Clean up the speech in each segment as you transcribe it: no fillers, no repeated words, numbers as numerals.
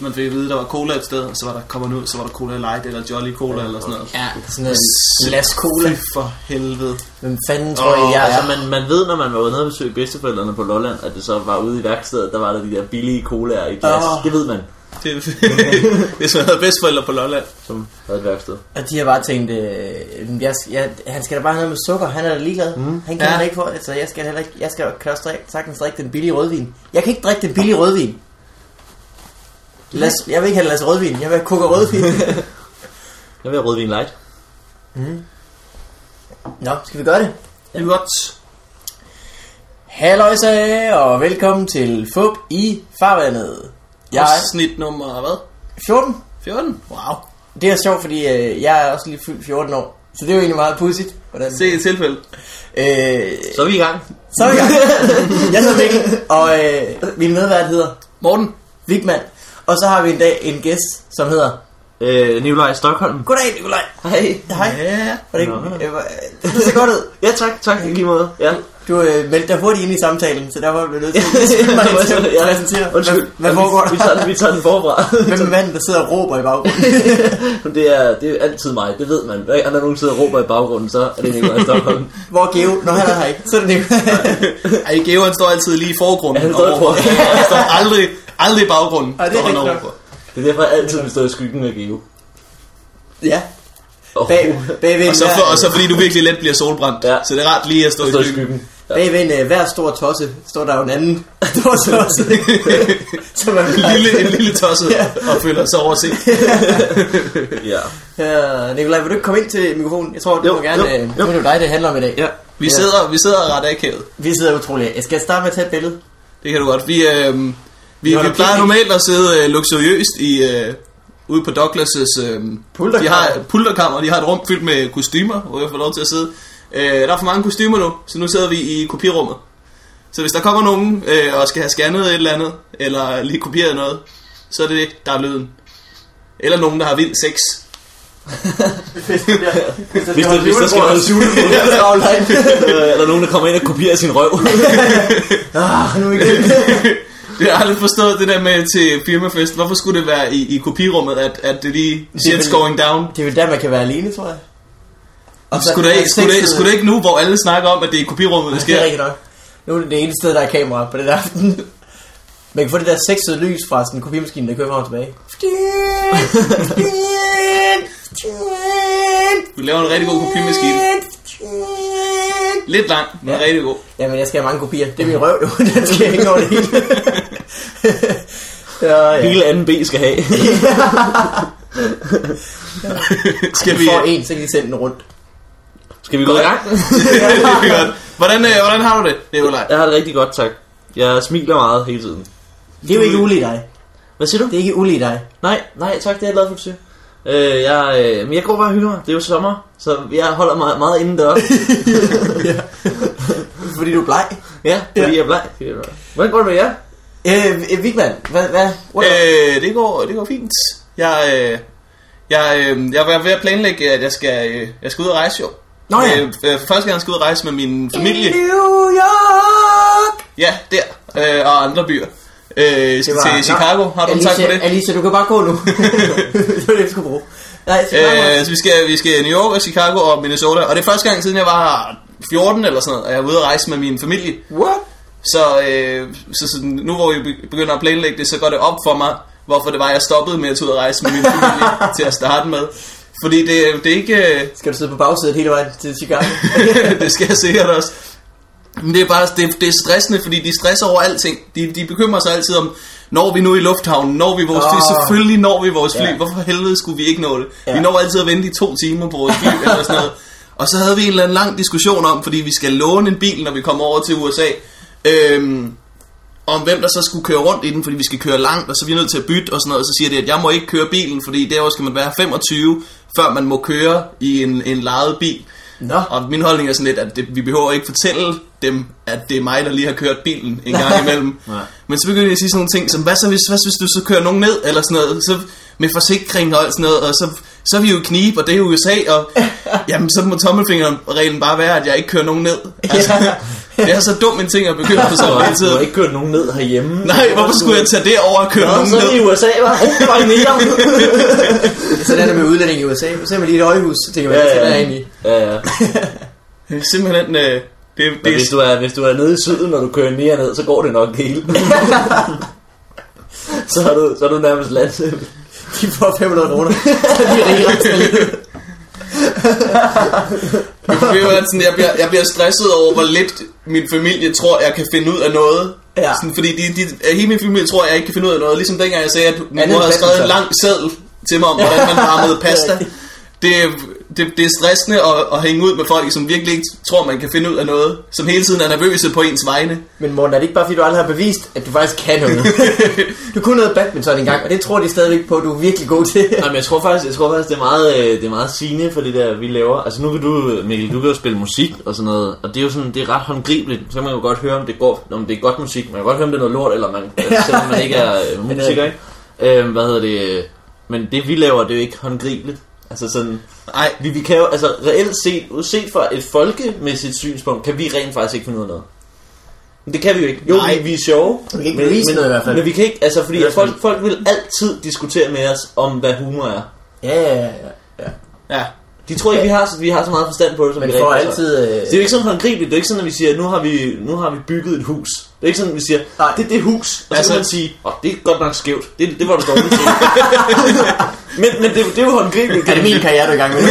man fik at vide, der var cola et sted, og så var der kommet ud, så var der Cola Light eller Jolly Cola eller sådan noget. Ja, sådan noget glas cola. For helvede. Hvem fanden tror jeg er? Altså man ved, når man var ude og besøge bedsteforældrene på Lolland, at det så var ude i værkstedet, der var der de der billige colaer i glas. Det ved man. Det er sådan noget bedsteforældre på Lolland, som havde et værksted. Og de har bare tænkt, han skal da bare have noget med sukker, han er da ligeglad. Han kan da ikke få, altså jeg skal heller ikke, jeg skal også sagtens drikke den billige rødvin. Jeg kan ikke drikke den billige rødvin. Jeg vil ikke have Lasse rødvin, jeg vil have Coca rødvin. Jeg vil have rødvin light. Nå, skal vi gøre det? Det er godt. Halløjsa, og velkommen til Fup i farvandet. Snit nummer hvad? 14. 14? Wow. Det er sjovt, fordi jeg er også lige fyldt 14 år. Så det er jo egentlig meget pudsigt. Se et tilfælde. Så er vi i gang. Jeg hedder Mikkel, og min medvært hedder Morten Vigman. Og så har vi en dag en gæst, som hedder Nikolaj Stockholm. Goddag, Nikolaj. Hej. Ja. Det ser godt ud. Ja, tak. I lige måde. Ja. Du meldte dig hurtigt ind i samtalen, så derfor blev du nødt til at præsentere. Undskyld. Hvad foregår der? Vi tager den forfra. Hvem er manden, der sidder og råber i baggrunden? Det er altid mig, det ved man. Hver gang der nogen sidder og råber i baggrunden, så er det Nikolaj Stockholm. Hvor er Geo? Når han er her ikke, så er det Nikolaj. Ej, Geo han står altid lige i forgrunden. Han står aldrig i baggrunden. Ej, det er rigtigt nok. Det er derfor jeg altid vil stå i skyggen af Geo. Ja. Bagved og så fordi du virkelig let bliver solbrændt. Ja. Så det er ret lige at stå i skyggen. Ja. Bagved hver stor tosse står der jo en anden stor tosse. Som er en lille tosse og føler sig overset. Ja. Nikolaj, vil du ikke komme ind til mikrofonen? Jeg tror, du må gerne. Nu er det jo dig, det handler om i dag. Ja. Vi sidder ret akavet. Vi sidder utroligt. Jeg skal starte med at tage et billede. Det kan du godt. Vi plejer normalt at sidde luksuriøst ude på Douglas' de har pulterkammer, de har et rum fyldt med kostymer, hvor jeg får lov til at sidde. Der er for mange kostymer nu, så nu sidder vi i kopirummet. Så hvis der kommer nogen og skal have scannet et eller andet, eller lige kopieret noget, så er det der er lyden. Eller nogen, der har vild sex. Hvis der skal holde eller nogen, der kommer ind og kopierer sin røv. Nu igen. Jeg har aldrig forstået det der med til firmafest. Hvorfor skulle det være i kopirummet, at det lige shit's going down? Det er jo der, man kan være alene, tror jeg. Og skulle det ikke nu, hvor alle snakker om, at det er i kopirummet, det sker? Det er rigtigt nok. Nu er det det ene sted, der er kamera på det der aften. Man kan få det der sexede lys fra sådan en kopimaskine, der kører frem og tilbage. Du laver en rigtig god kopimaskine. Lidt lang, men rigtig god. Jamen, jeg skal have mange kopier. Det er min røv, jo. Den skal jeg hænge over det hele. Hele anden B skal have. Skal vi få en, så kan de sende den rundt. Skal vi gå i gang? Hvordan har du det, Nikolaj? Jeg har det rigtig godt, tak. Jeg smiler meget hele tiden. Det er jo ikke ulig dig. Hvad siger du? Det er ikke ulig dig. Nej, tak, det er jeg glad for at sige. Men jeg går bare og hygger mig. Det er jo sommer, så jeg holder mig meget indendør. Fordi du er bleg. Ja, fordi jeg er bleg. Hvordan går det med jer? Vigman, hvad? Det går fint. Jeg er ved at planlægge, at jeg skal ud og rejse jo. Nå ja. Første gang jeg skal ud og rejse med min familie. I New York! Ja, der. Og andre byer. Til Chicago. Har du en tak for det? Alicia, du kan bare gå nu. Det var det, jeg skulle bruge. Nej, så vi skal i New York og Chicago og Minnesota. Og det er første gang siden jeg var 14 eller sådan noget, at jeg var ude og rejse med min familie. What? Så nu hvor vi begynder at planlægge det, så går det op for mig, hvorfor det var, jeg stoppede med at tage ud og rejse med min familie til at starte med. Fordi det er ikke... Skal du sidde på bagsædet hele vejen til Chicago? Det skal jeg sikkert også. Men det er bare det er stressende, fordi de stresser over alting. De bekymrer sig altid om, når vi nu i lufthavnen, når vi vores fly, selvfølgelig når vi vores fly. Hvorfor helvede skulle vi ikke nå det? Vi når altid at vente i 2 timer på vores fly eller sådan noget. Og så havde vi en eller anden lang diskussion om, fordi vi skal låne en bil, når vi kommer over til USA, om hvem der så skulle køre rundt i den, fordi vi skal køre langt, og så er vi nødt til at bytte og sådan noget. Og så siger de, at jeg må ikke køre bilen, fordi derovre skal man være 25, før man må køre i en lejet bil. Nå. Og min holdning er sådan lidt, at vi behøver ikke fortælle dem, at det er mig, der lige har kørt bilen en gang imellem. Men så begynder jeg at sige sådan nogle ting som, hvad hvis du så kører nogen ned, eller sådan noget, så med forsikring og sådan noget, og så er vi jo i knib, og det er USA, og jamen så må tommelfingerreglen bare være, at jeg ikke kører nogen ned. Altså, Det er så dum en ting at begynde på sådan en tid. Du har ikke kørt nogen ned herhjemme. Nej, hvorfor skulle jeg tage det over og køre nogen ned? Så i USA, var det var mere. Sådan er det med udlænding i USA. Så ser man lige et højhus, så tænker man, hvad skal der egentlig? Ja. Simpelthen... Hvis du er nede i syden, når du kører mere ned, så går det nok det hele. så er du nærmest landet. De får 500 kroner. Så de riger til. Jeg bliver stresset over, hvor lidt min familie tror, jeg kan finde ud af noget. Ja. Sådan, fordi hele min familie tror, jeg ikke kan finde ud af noget. Ligesom dengang jeg sagde, at min mor havde skrevet en lang seddel til mig om, hvordan man varmede pasta. Det er stressende at hænge ud med folk, som virkelig ikke tror, man kan finde ud af noget, som hele tiden er nervøse på ens vegne. Men Morten, er det ikke bare fordi, du aldrig har bevist, at du faktisk kan noget? Du kunne noget badminton engang, og det tror de stadigvæk på, at du er virkelig god til. Nej, men jeg tror faktisk det er meget sigende for det der, vi laver. Altså nu kan du, Mikkel, du kan jo spille musik og sådan noget, og det er jo sådan, det er ret håndgribeligt. Så kan man jo godt høre, om det er godt musik. Man kan godt høre, om det er noget lort, eller selvom man ikke er musiker, ikke? Men det vi laver, det er jo ikke håndgribeligt. Altså sådan, nej, vi kan jo, altså reelt set fra et folkemæssigt synspunkt, kan vi rent faktisk ikke finde ud af noget. Men det kan vi jo ikke. Jo, vi er sjove. Vi kan ikke bevise noget i hvert fald. Men vi kan ikke, altså fordi folk vil altid diskutere med os om, hvad humor er. Ja. De tror ikke, vi har så meget forstand på det, som men vi får rent altid... Det er jo ikke sådan håndgribeligt. Det er ikke sådan, at vi siger, nu har vi bygget et hus. Det er ikke sådan, at vi siger, det er det hus. Og så kan man sige, det er godt nok skævt. Det var det dårligt til. men det er jo håndgribeligt. Er det min karriere, du er i gang med?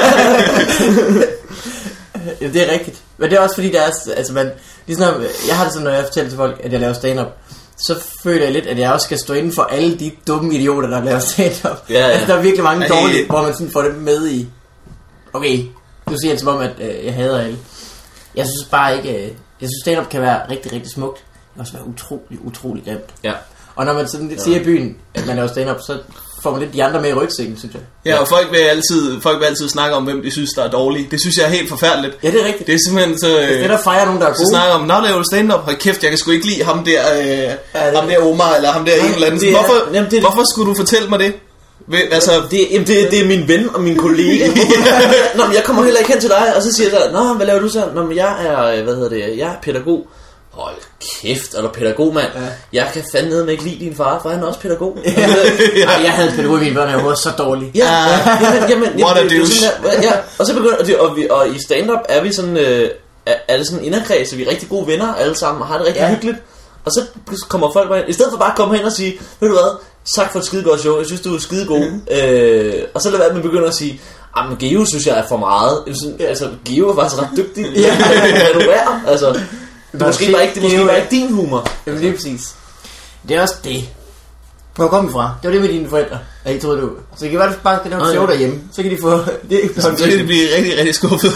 Ja, det er rigtigt. Men det er også fordi, der er... Altså, ligesom, jeg har det sådan, når jeg fortæller til folk, at jeg laver stand-up, så føler jeg lidt, at jeg også skal stå inden for alle de dumme idioter, der laver stand-up. Ja. Altså, der er virkelig mange dårlige, hvor man sådan får dem med i... Okay, du siger det som om, at jeg hader alle. Jeg synes bare ikke... Jeg synes, stand-up kan være rigtig, rigtig smukt. Det kan også være utrolig grimt. Ja. Og når man sådan siger i byen, at man laver stand-up, så får man lidt de andre med i rygsækken, synes jeg. Ja, og folk vil altid snakke om, hvem de synes, der er dårlige. Det synes jeg er helt forfærdeligt. Ja, det er rigtigt. Det er simpelthen så... Det er der fejrer nogen, der er gode. Så snakker om, når laver du stand-up, hold kæft, jeg kan sgu ikke lide ham der, ham der Omar, eller ham der en eller anden. Hvorfor skulle du fortælle mig det? Altså, det er min ven og min kollega. Nå, men jeg kommer heller ikke hen til dig. Og så siger jeg, nå, hvad laver du så? Nå, men jeg er, jeg er pædagog. Hold kæft, er du pædagog, mand? Ja. Jeg kan fandme ikke lide din far, for han er også pædagog. Ja. Jeg havde pædagog i mine børn, jeg var så dårlig. Jamen, what a douche. Og så begynder og i stand-up er vi sådan, er det sådan en inderkreds, vi er rigtig gode venner alle sammen, og har det rigtig hyggeligt. Og så kommer folk bare ind, i stedet for bare at komme hen og sige, ved du hvad, tak for et skide godt show, jeg synes du er skide god. Og så lader være med at begynde at sige, men Geo synes jeg er for meget. Altså, Geo er faktisk ret dygtig. Er du værd? Altså, det er måske bare ikke din humor. Jamen lige præcis. Det er også det. Hvor kom vi fra? Det var det med dine forældre. Ja, I troede du. Så det kan være, bare det der show derhjemme. Så kan de få det. Så kan de blive rigtig, rigtig skuffet.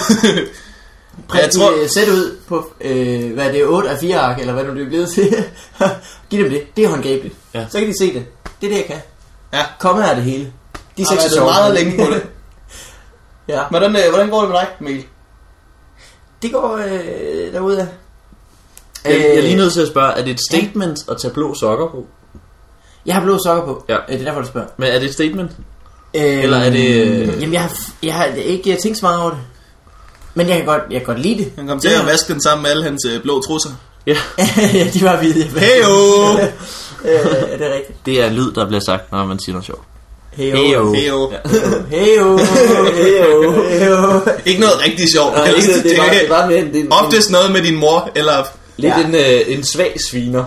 Jeg tror sæt ud på hvad er det 8 af 4 ark eller hvad du er blevet til. Giv dem det. Det er håndgribeligt. Ja. Så kan de se det. Det er det jeg kan. Ja. Komme her det hele. De har været meget længe på det. Ja. Hvordan går det med dig, Mikkel? Det går derude. Jeg er lige nødt til at spørge, er det et statement at tage blå sokker på? Jeg har blå sokker på. Ja. Det er derfor du spørger. Men er det et statement? Eller er det... Jamen jeg har ikke tænkt så meget over det. Men jeg kan godt lide det. Han kom til at vaske den sammen med alle hans blå trusser. Ja. Ja, de var hvide. Heyo! Det er rigtigt. Det er lyd, der bliver sagt, når man siger noget sjovt. Heyo. Heyo. Ikke noget rigtig sjovt. Nej, det var mere oftest noget med din mor, eller... Lidt en svag sviner.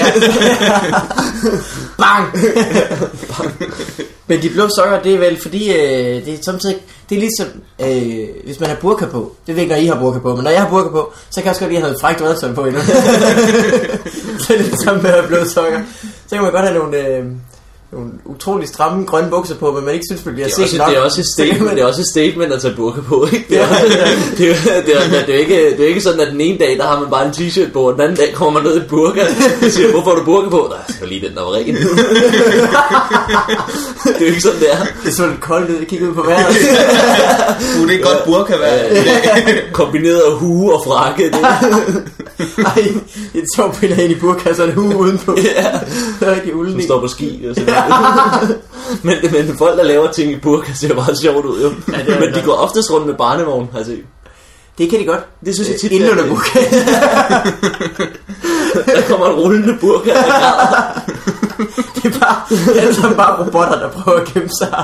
Bang! Men de blå sokker, det er vel fordi, det er samtidig, det er ligesom, hvis man har burka på. Det ved ikke, når I har burka på, men når jeg har burka på, så kan jeg også godt lige have noget frækt rødtøj på endnu. Så er det det samme med at have blå sokker. Så kan man godt have nogle utrolig stramme grønne bukser på, men man ikke synes, det bliver set nok. Det er også et statement at tage burka på, ikke? Det er ikke sådan, at den ene dag, der har man bare en t-shirt på, og den anden dag kommer man ned i burka, og siger, hvorfor har du burka på? Nej, jeg skal lige den, der var ren. Det er jo ikke sådan, det er. Det er så lidt koldt ud, det kigger ud på vejret. Det er godt burka vejr. Kombineret af hue og frakke. Ej, et sjovt billede ind i burka, så er det hue udenpå. Ja. Det er rigtig ulden. Som står på ski og sådan men folk, der laver ting i burka, ser bare sjovt ud, jo. Ja, men de går oftest rundt med barnevogn, har jeg set. Det kan de godt. Det synes jeg tit. Inden under burka. Der kommer en rullende burka. Det er alle sammen bare robotter, der prøver at gemme sig.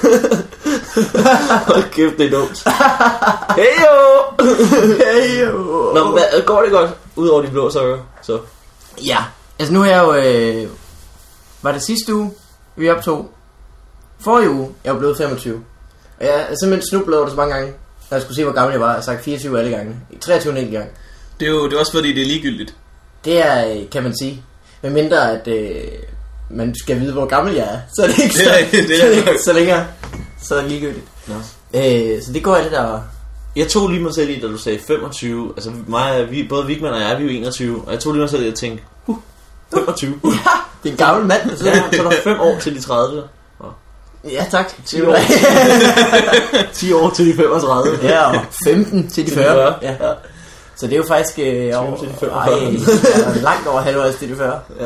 Hold kæft, det er dumt. Heyo! Heyo! Nå, hvad, går det godt? Udover de blå sokker, så? Ja, altså nu er jeg jo... var det sidste uge, vi optog? Forrige uge, jeg var blevet 25. Og jeg er simpelthen snublet over det så mange gange, når jeg skulle se, hvor gammel jeg var. Jeg har sagt 24 alle gange. 23 en enkelt gang. Det er også fordi, det er ligegyldigt. Det er, kan man sige. Med mindre, at man skal vide, hvor gammel jeg er. Så er det ikke så længere. Så er det ligegyldigt. Ja. Så det går alt det der... Jeg tog lige mig selv i, da du sagde 25. Altså både Vigman og jeg, vi er jo 21. Og jeg tog lige mig selv i at tænke, 25. Ja, det er en gammel mand. Ja, så er der 5 år til de 30. Ja, tak. 10 år. 10 år til de 35. Ja, og 15 til de 40. Ja. Så det er jo faktisk over til de 45. Langt over halvvejs til de 40. Ja.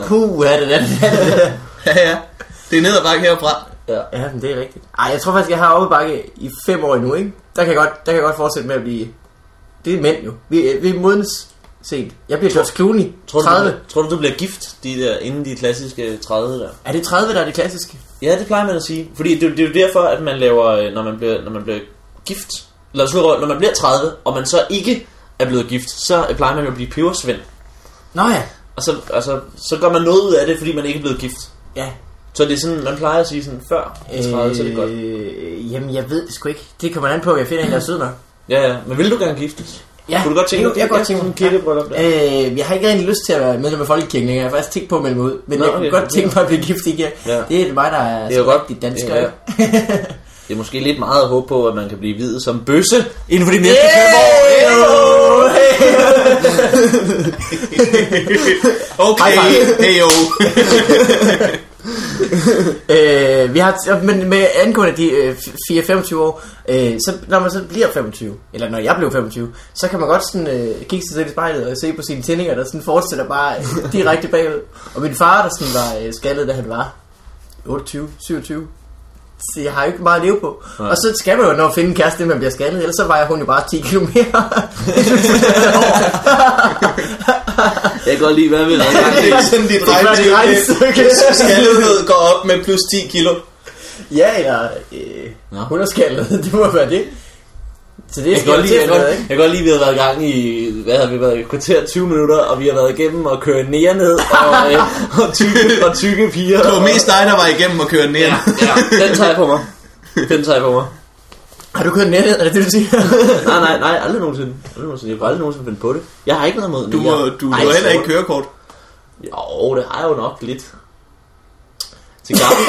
Ja. Det er ned ad bakke herfra. Ja, men det er rigtigt. Ej, jeg tror faktisk, jeg har oppe bakke i 5 år endnu, ikke? Der kan jeg godt fortsætte med at blive... Det er mænd jo. Vi er modens sent. Jeg bliver George Clooney. 30. Tror du bliver gift inden de klassiske 30 der? Er det 30, der er det klassiske? Ja, det plejer man at sige. Fordi det er jo derfor, at man laver, når man bliver gift, eller når man bliver 30, og man så ikke er blevet gift, så plejer man jo at blive pebersvend. Nå ja. Og så gør man noget ud af det, fordi man ikke er blevet gift. Ja. Så det er sådan, man plejer at sige sådan, før 30, så er det godt. Jamen, jeg ved det sgu ikke. Det kommer an på, at jeg finder en, der er sød nok. Ja, men vil du gerne giftes? Ja, kunne du godt tænke, jeg godt tænke mig kirkebryllup der? Jeg har ikke rigtig lyst til at være medlem af folkekirken. Jeg har faktisk tænkt på at melde mig ud. Men jeg kunne godt tænke mig at blive gift igen. Ja. Det er mig, der er rigtig dansker. Ja. Det er måske lidt meget at håbe på, at man kan blive videt som bøsse inden for de næste 5 år. Okay, heyo. Vi har, men med angående de 4-25 år, så når man så bliver 25, eller når jeg blev 25, så kan man godt sådan kigge sig selv i spejlet og se på sine tændinger, der sådan fortsætter bare direkte bagud. Og min far, der sådan var skaldet, da han var 28, 27, så jeg har jo ikke meget at leve på. Ja. Og så skal man jo, når man finder en kæreste, man bliver skaldet, ellers så vejer hun jo bare 10 kilo mere. Jeg kan godt lide, hvad vi har gang. Det er sådan dit regnestykke. Skaldighed går op med plus 10 kilo. Ja, eller hun er skaldet, det må være det. Så det er jeg kan godt lide, at vi har været i gang i, hvad har vi været, i kvarter 20 minutter, og vi har været igennem at køre nære ned, og tykke piger. Det var mest dig, der var igennem at køre nære. Ja, den tager jeg på mig. Har du kørt nære ned, er det det, du siger? nej, aldrig nogensinde. Jeg har aldrig nogensinde finde på det. Jeg har ikke noget mod Du har heller ikke kørekort. Jo, det har jeg jo nok lidt. Til gammel.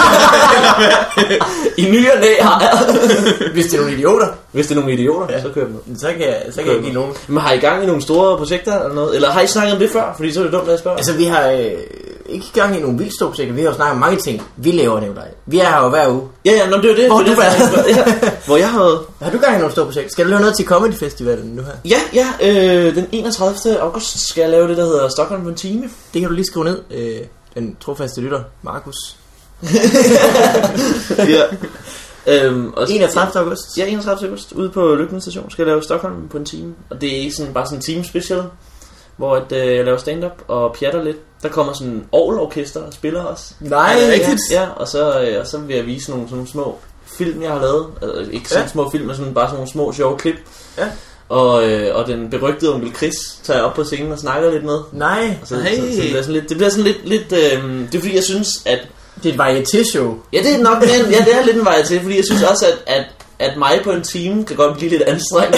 I ny og næ har jeg. Hvis det er nogle idioter. Ja. Så kører jeg Så kan jeg give nogen. Men har I gang i nogle store projekter eller noget? Eller har I snakket om det før? Fordi så er det dumt, at jeg spørger. Altså vi har ikke gang i nogle vildt store projekter. Vi har jo snakket om mange ting. Vi laver det jo dig. Vi er her jo hver uge. Ja, det er jo det. Hvor du er. Hvor jeg har... Har du gang i nogle store projekter? Skal du lave noget til Comedy Festivalen nu her? Ja, den 31. august skal jeg lave det, der hedder Stockholm på en time. Det kan du lige skrive ned. Den trofaste lytter, Markus. Ja. 31. august. Ja, 31. august. Ude på Lygten Station skal jeg lave Stockholm på en time. Og det er ikke sådan, bare sådan en time special, hvor jeg laver stand-up og pjatter lidt. Der kommer sådan en orgelorkester og spiller også. Nej, rigtigt. Ja, og så vil jeg vise sådan nogle små film, jeg har lavet. Altså, ikke sådan små film, men sådan, bare sådan nogle små sjove klip. Ja. Og den berygtede onkel Chris tager jeg op på scenen og snakker lidt med. Nej. Så det bliver sådan lidt det er fordi jeg synes at det er et varieté-show. Ja, det er nok det er lidt en varieté, fordi jeg synes også at mig på en time kan godt blive lidt anstrengende.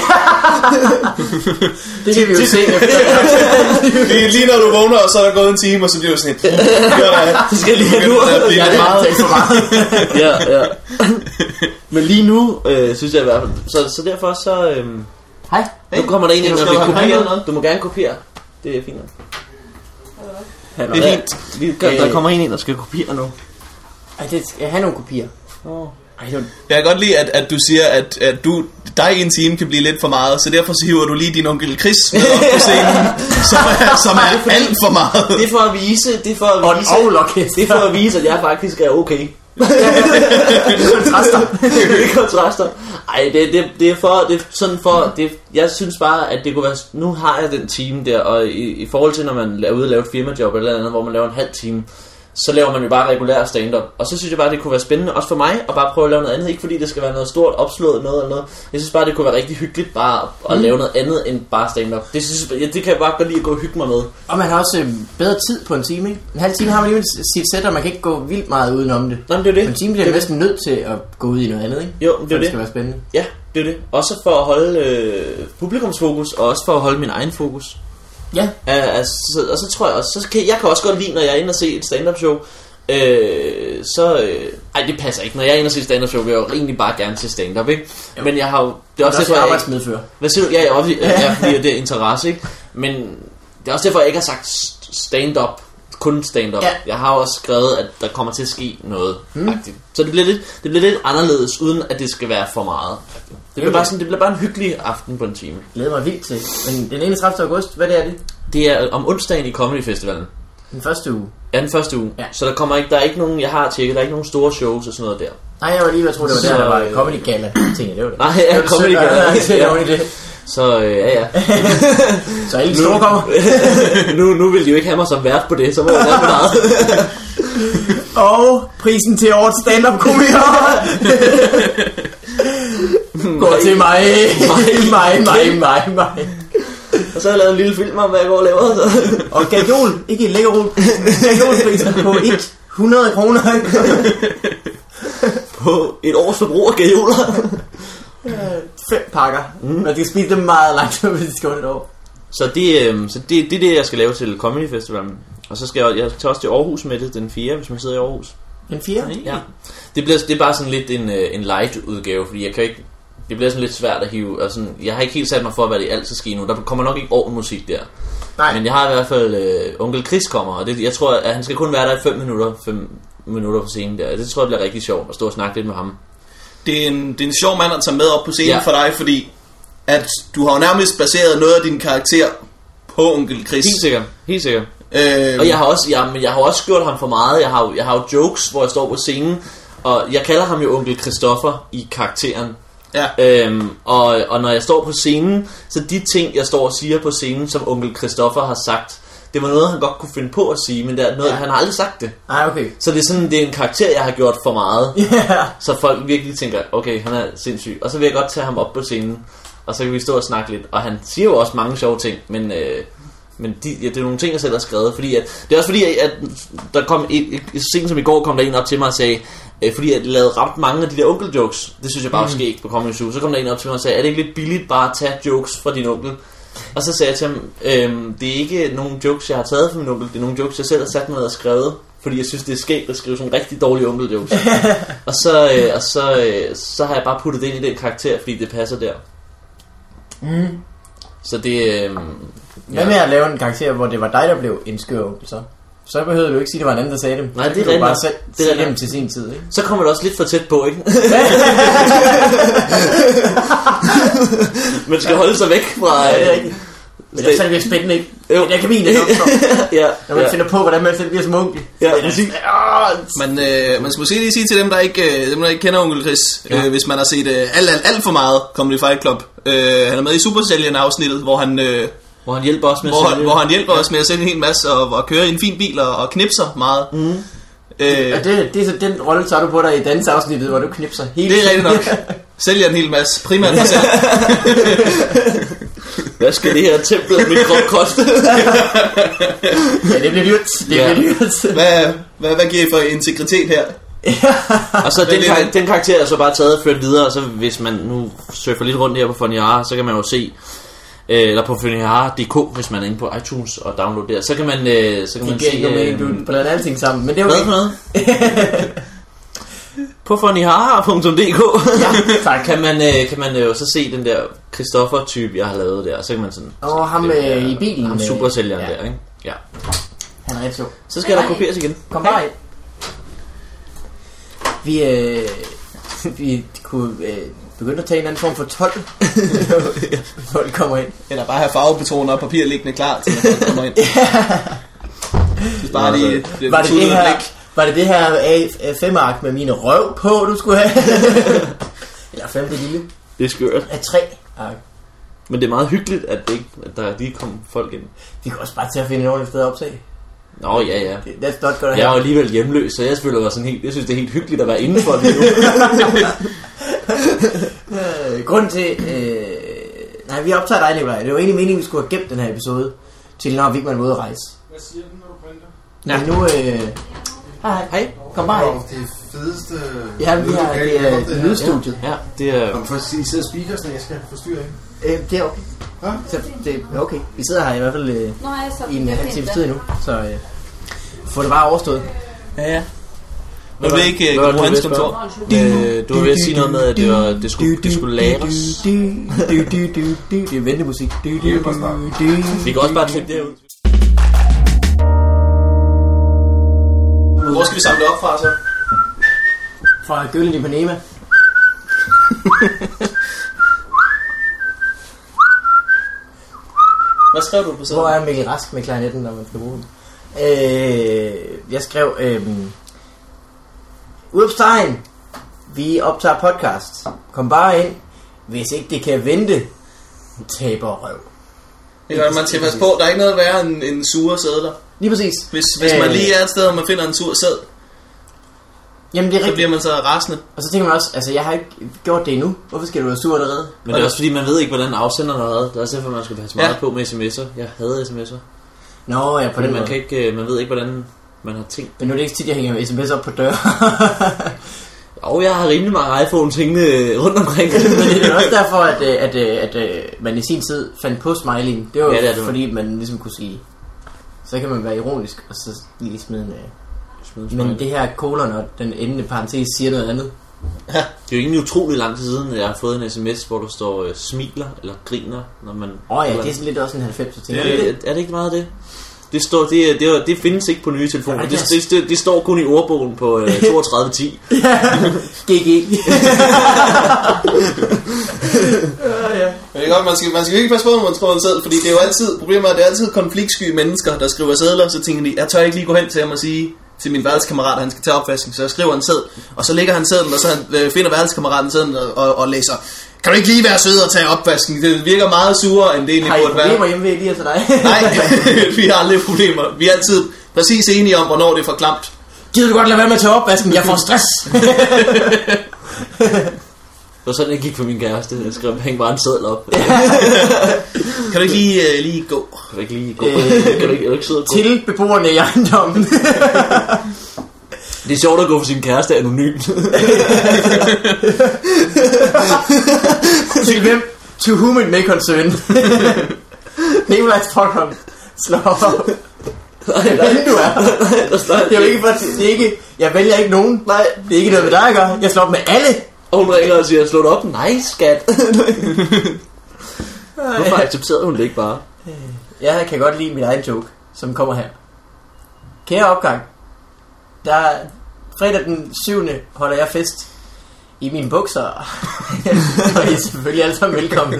Det kan vi jo se. Det er lige når du vågner, og så er der gået en time, og så bliver du sådan et... Så skal jeg lige have nu. Ja, det er meget for meget. Ja. Men lige nu, synes jeg i hvert fald. Så derfor så... Hej. Nu kommer der en ind, og vi kopierer. Du må gerne kopiere. Det er fint. Det er fint. Der kommer en ind, der skal kopiere nu. Ej, det skal have nogle kopier. Jeg kan godt lide, at du siger, at dig i en time kan blive lidt for meget, så derfor så hiver du lige din onkel Chris med op på scenen, som er alt for meget. Det er for at vise, at jeg faktisk er okay. kontraster. Ej, det er sådan for, jeg synes bare, at det kunne være, nu har jeg den time der, og i forhold til, når man er ude og lave et firmajob eller andet, hvor man laver en halv time, så laver man jo bare regulær stand-up. Og så synes jeg bare, det kunne være spændende, også for mig, at bare prøve at lave noget andet. Ikke fordi det skal være noget stort, opslået noget eller noget. Jeg synes bare, det kunne være rigtig hyggeligt bare at lave noget andet end bare stand-up. Det kan jeg bare godt lide at gå og hygge mig med. Og man har også bedre tid på en time, ikke? En halv time har man lige sit sæt, og man kan ikke gå vildt meget udenom det. Nå, det er det. På en time bliver man næsten nødt til at gå ud i noget andet, ikke? Jo, det er det skal være spændende. Ja, det er det. Også for at holde publikumsfokus, og også for at holde min egen fokus. Ja. Og så tror jeg også, jeg kan også godt lide, når jeg er inde og se et stand-up show. Det passer ikke. Når jeg er inde og se stand-up show, vil jeg jo egentlig bare gerne se stand-up, ikke? Jo. Men jeg har jo... Det er også derfor, arbejdsmedfører. Hvad siger du? Ja, fordi det er interesse, ikke? Men det er også derfor, jeg ikke har sagt stand-up. Kun stand-up. Ja. Jeg har også skrevet, at der kommer til at ske noget. Så det bliver lidt anderledes, uden at det skal være for meget. Det bliver bare en hyggelig aften på en time. Glæder mig vildt til. Men den 31. august, hvad er det? Det er om onsdagen i Comedy Festivalen. Den første uge? Ja, den første uge. Ja. Så der er ikke nogen, jeg har tjekket, der er ikke nogen store shows og sådan noget der. Nej, jeg var lige ved at tro, det var der var Comedy Gala. Det var det. Nej, ja, Comedy Gala. Så ja. Så alle store kommer. nu vil de jo ikke have mig som vært på det, så må jeg lade meget. Og prisen til årets stand-up-komiker går til mig. Og så har jeg lavet en lille film om, hvad jeg går og laver. Så. Og gajol, ikke en lækkerol. Gajolpriser på 100 kroner. På et års forbrug af gajoler. 5 pakker. Og de skal spise dem meget langt, hvis de skal under et år. Så det er det, jeg skal lave til Comedy Festivalen. Og så skal jeg tager også til Aarhus med det den 4., hvis man sidder i Aarhus. Den 4? Ja. Det er bare sådan lidt en light udgave, fordi jeg kan ikke... Det bliver sådan lidt svært at hive, og sådan, jeg har ikke helt sat mig for, hvad det alt skal ske nu. Der kommer nok ikke musik der. Nej. Men jeg har i hvert fald onkel Chris kommer, og jeg tror, at han skal kun være der i 5 minutter på scenen der. Det tror jeg bliver rigtig sjovt at stå og snakke lidt med ham. Det er en sjov mand at tage med op på scenen for dig, fordi at du har jo nærmest baseret noget af din karakter på onkel Chris. Helt sikkert. Og jeg har også gjort ham for meget. Jeg har jo jokes, hvor jeg står på scenen, og jeg kalder ham jo onkel Christoffer i karakteren. Ja. Og når jeg står på scenen, så de ting jeg står og siger på scenen, som onkel Christoffer har sagt, det var noget han godt kunne finde på at sige, men det er noget, han har aldrig sagt det. Okay. Så det er en karakter jeg har gjort for meget. Så folk virkelig tænker, okay, han er sindssyg. Og så vil jeg godt tage ham op på scenen, og så kan vi stå og snakke lidt. Og han siger jo også mange sjove ting, men det er nogle ting jeg selv har skrevet, fordi det er også fordi at der kom sent som i går kom der en op til mig og sagde, fordi jeg lavede ret mange af de der onkel-jokes. Det synes jeg bare var skægt på Comedy Zoo. Så kom der en op til mig og sagde, er det ikke lidt billigt bare at tage jokes fra din onkel? Og så sagde jeg til ham, det er ikke nogen jokes jeg har taget fra min onkel, det er nogle jokes jeg selv har sat mig ned og skrevet, fordi jeg synes det er skægt at skrive sådan rigtig dårlige onkel-jokes. og så har jeg bare puttet det ind i den karakter, fordi det passer der. Så det hvad med at lave en karakter, hvor det var dig, der blev en skør onkel så? Så behøvede du ikke sige, at det var en anden, der sagde dem. Nej, det er rigtigt. Bare selv sige dem til sin tid, ikke? Så kommer det også lidt for tæt på, ikke? Man skal holde sig væk fra... Ja, det er rigtigt. Men det er sådan lidt spændende, ikke? Jo. Jeg kan mene det også. Når man finder på, hvordan man selv bliver som onkel. Ja, præcis. Man skal måske lige sige til dem, der ikke kender onkel Chris, hvis man har set alt for meget Comedy Fight Club. Han er med i Supersælgeren-afsnittet, hvor han hjælper os med at sælge en hel masse og køre i en fin bil og knipser meget. Det er så den rolle, tager du på dig i dansafsnittet, hvor du knipser hele tiden. Det er rigtigt nok. Sælger en hel masse, primært mig selv. Hvad skal det her tempel af mit krop koste? Ja, det bliver dyrt. Hvad giver I for integritet her? Og så den karakter er så bare taget og ført videre. Og så hvis man nu surfer lidt rundt her på Foniara, så kan man jo se, eller på Foniara.dk, hvis man er inde på iTunes og download der, så kan man se... Du blander alting sammen, men det er jo hvad for noget? På Foniara.dk kan man jo så se den der Christoffer-type, jeg har lavet der. Så kan man sådan... ham i bilen. Ham supersælgeren der, ikke? Ja. Han er ret sjov. Så skal der kopieres igen. Kom bare ind. Vi kunne begynde at tage en anden form for 12. Folk kommer ind. Eller bare have farvepatroner og papir liggende klar til, når folk kommer ind. Bare lige var det Var det her A5-ark med mine røv på, du skulle have? Eller 5 det lille? Det er skørt. A3-ark. Men det er meget hyggeligt, at der lige kom folk ind. Vi kan også bare til at finde et ordentligt sted at optage. Nå, ja. That's not gonna jeg er jo alligevel hjemløs, så jeg selvfølgelig var sådan helt... Jeg synes, det er helt hyggeligt at være indenfor det nu. Grunden til... nej, vi optager dig, Nikolaj. Det var egentlig meningen, vi skulle have gemt den her episode til, når vi ikke var ude at rejse. Hvad siger den, når du printer? Men nu... Hej. Kom bare ind. Det fedeste... Ja, vi har det lydstudiet. Ja, det er... Kom først, I sidder speakers, når jeg skal forstyrre, ikke? Det er okay. Ja? Så det er okay. Vi sidder her i hvert fald i en halv times tid endnu, så få det bare overstået. Ja. Nu vil ikke gå hans kontor. Du var ved at sige noget med, at det skulle lagres. Det er ventemusik. Vi kan også bare klippe det ud. Hvor skal vi samle op fra så? Fra Gøllen i Panema. Hvad skrev du på siden? Hvor er Mikkel Rask med klarinetten, når man skal bruge den? Jeg skrev... Udopstegn. Vi optager podcast. Kom bare ind. Hvis ikke det kan vente, taber røv. Det gør man til at passe på. Der er ikke noget værre end sure sædler. Lige præcis. Hvis man lige er et sted, og man finder en sur sæd, jamen, det er så bliver man så rasende. Og så tænker man også, altså jeg har ikke gjort det endnu. Hvorfor skal du være sur allerede? Men det er også fordi, man ved ikke, hvordan afsenderen har været. Det er også derfor, man skal passe meget på med sms'er. Jeg hader sms'er. Nå, ja, på den måde. Man ved ikke, hvordan man har tænkt. Men nu er det ikke tit, jeg hænger sms'er op på døren. Og jeg har rimelig mange iPhones hængende rundt omkring. Men det er også derfor, at man i sin tid fandt på smileyen. Det var jo fordi, man ligesom kunne sige, så kan man være ironisk, og så lige smide en... Men det her kolon og den endende parentes siger noget andet. Det er jo egentlig utrolig lang tid siden, at jeg har fået en sms, hvor der står smiler eller griner, når man... ja, det er sådan lidt også en 90'er ting. Er det ikke meget det? Det står, det findes ikke på nye telefoner. Det står kun i ordbogen på 3210. GG. Men det er godt, man skal ikke passe på, når man skriver en seddel, fordi det er jo altid, problemet er, at det er altid konfliktsky mennesker, der skriver sedler, så tænker de, jeg tør ikke lige gå hen til ham og sige til min værelseskammerat, at han skal tage opvasken, så jeg skriver en seddel, og så lægger han sedlen, og så finder værelseskammeraten sedlen og læser, kan du ikke lige være sød og tage opvasken? Det virker meget surere, end det egentlig burde være. Har I problemer hjemme ved Elias og dig? Nej, vi har aldrig problemer. Vi er altid præcis enige om, hvornår det er for klamt. Gider du godt lade være med at tage opvasken? Jeg får stress. Det var sådan, jeg gik på min kæreste. Jeg skrev, hæng bare en seddel op. Kan du ikke lige gå? Kan du ikke lige gå? Kan du ikke sidde og gå? Til beboerne i ejendommen. Det er sjovt at gå for sin kæreste anonymt. Til hvem? To whom it may concern. Nikolaj Stockholm slår op. Hvordan du er. Det er jo ikke for, det er ikke, jeg vælger ikke nogen. Nej, det er ikke noget med dig at gøre. Jeg slår op med alle. Og hun ringer og siger, slå det op. Nej, skat. Hvorfor accepterede hun det ikke bare? Jeg kan godt lide min egen joke, som kommer her. Kære opgang. Der fredag den 7. holder jeg fest i mine bukser. Og I er selvfølgelig alle sammen velkommen.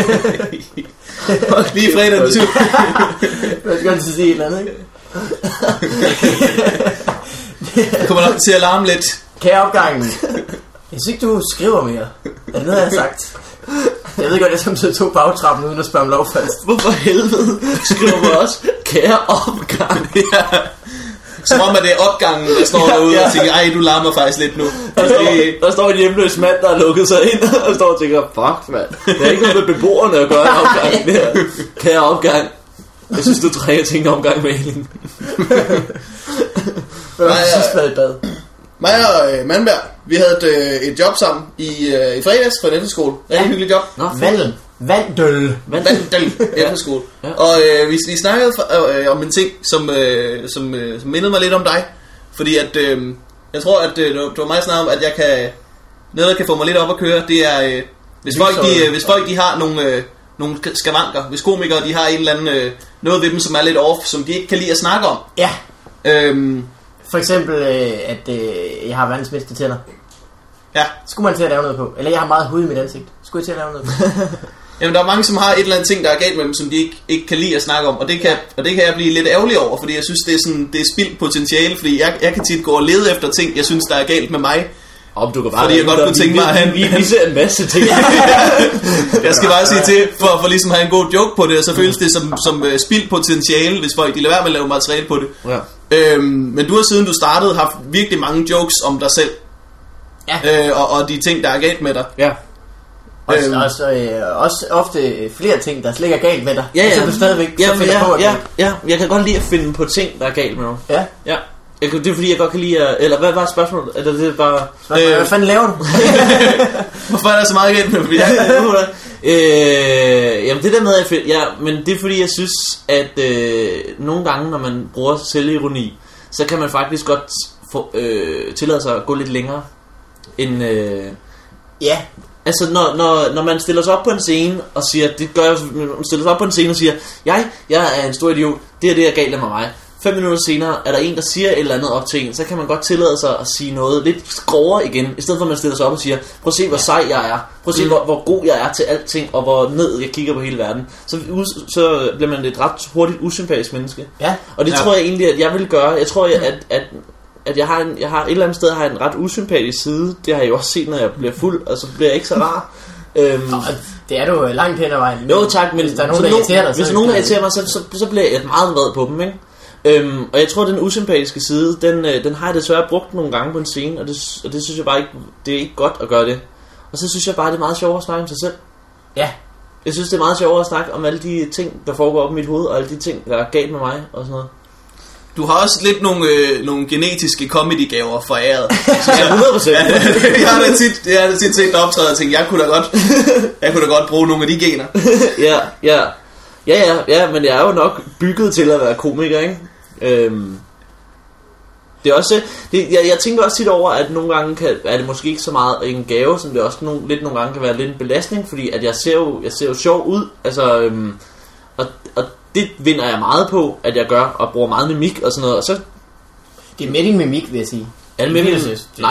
Lige fredag den 7. Jeg skal godt sige et eller andet, ikke? Det kommer nok til at larme lidt. Kære opgangen. Jeg synes ikke, du skriver mere. Er det noget, jeg har sagt? Jeg ved godt, jeg samtidig tog bagtrappen uden at spørge om lov først. Hvorfor helvede skriver man også kære opgang? Ja. Som om, at det er opgangen, der står derude og tænker, ej, du larmer faktisk lidt nu. Der står en hjemløs mand, der har lukket sig ind og står og tænker, fuck mand, det er ikke noget med beboerne at gøre en opgang. Det her. Kære opgang. Jeg synes, du trænger til en omgang med Elin. Mig og Mandberg, vi havde et job sammen i fredags for en efterskole. Rigtig hyggelig job. Vandel efterskole. Ja. Og vi snakkede om en ting, som mindede mig lidt om dig. Fordi at jeg tror, at det var meget snart om, at jeg kan noget, der kan få mig lidt op at køre. Det er hvis folk de har nogle skavanker, hvis komikere de har en eller anden noget ved dem, som er lidt off, som de ikke kan lide at snakke om. Ja. For eksempel at jeg har verdens bedste tænder. Ja. Skulle man til at lave noget på? Eller jeg har meget hud i mit ansigt. Skulle jeg til at lave noget på? Jamen der er mange som har et eller andet ting der er galt med dem, som de ikke kan lide at snakke om. Og det kan jeg blive lidt ærgerlig over, fordi jeg synes det er spildt potentiale. Fordi jeg kan tit gå og lede efter ting jeg synes der er galt med mig. Om du kan bare fordi jeg godt kunne tænke mig at vi ser en masse ting. Jeg skal bare sige til for ligesom at have en god joke på det. Og så føles det som spildt potentiale, hvis folk de lader være med at lave materiale på det. Ja. Men du har siden du startede haft virkelig mange jokes om dig selv. Ja. Og de ting der er galt med dig. Ja. Også ofte flere ting der slet ikke er galt med dig. Ja. Så du stadigvæk ja, jeg kan godt lide at finde på ting der er galt med mig. Ja. Det er fordi jeg godt kan lide at, eller hvad var spørgsmålet? Eller det er bare hvad fanden laver du? Hvorfor er der så meget galt med mig? Jamen det der med men det er fordi jeg synes at nogle gange når man bruger selvironi, så kan man faktisk godt tillade sig at gå lidt længere end altså når man stiller sig op på en scene og siger, det gør jeg, man stiller sig op på en scene og siger, jeg er en stor idiot, det er det der galt med mig. 5 minutter senere er der en der siger et eller andet op til en, så kan man godt tillade sig at sige noget lidt grovere igen, i stedet for at man stiller sig op og siger, prøv at se hvor sej jeg er, prøv at se hvor god jeg er til alting, og hvor ned jeg kigger på hele verden. Så bliver man et ret hurtigt usympatisk menneske. Og det tror jeg egentlig at jeg vil gøre. Jeg tror at jeg har et eller andet sted har en ret usympatisk side. Det har jeg jo også set når jeg bliver fuld, og så bliver jeg ikke så rar. Det er du langt hen ad vejen. Jo tak, men hvis der er nogen der irriterer dig, hvis der er nogen der irriterer mig, så bliver jeg meget vred på dem, ikke? Og jeg tror at den usympatiske side den har jeg desværre brugt nogle gange på en scene, og det synes jeg bare ikke, det er ikke godt at gøre det. Og så synes jeg bare det er meget sjovere at snakke om sig selv. Ja. Jeg synes det er meget sjovere at snakke om alle de ting der foregår op i mit hoved, og alle de ting der er galt med mig og sådan noget. Du har også lidt nogle genetiske comedy-gaver foræret. Ja, 100%. Jeg har da tit set dig optræde og tænkt, jeg kunne da godt bruge nogle af de gener. Ja, men jeg er jo nok bygget til at være komiker, ikke? Det er også jeg tænker også tit over at nogle gange er det måske ikke så meget en gave, som det også nogle gange kan være lidt en belastning, fordi at jeg ser jo sjov ud, altså og det vinder jeg meget på at jeg gør, og bruger meget mimik og sådan noget, og så det er med din mimik, vil jeg sige. Nej, det er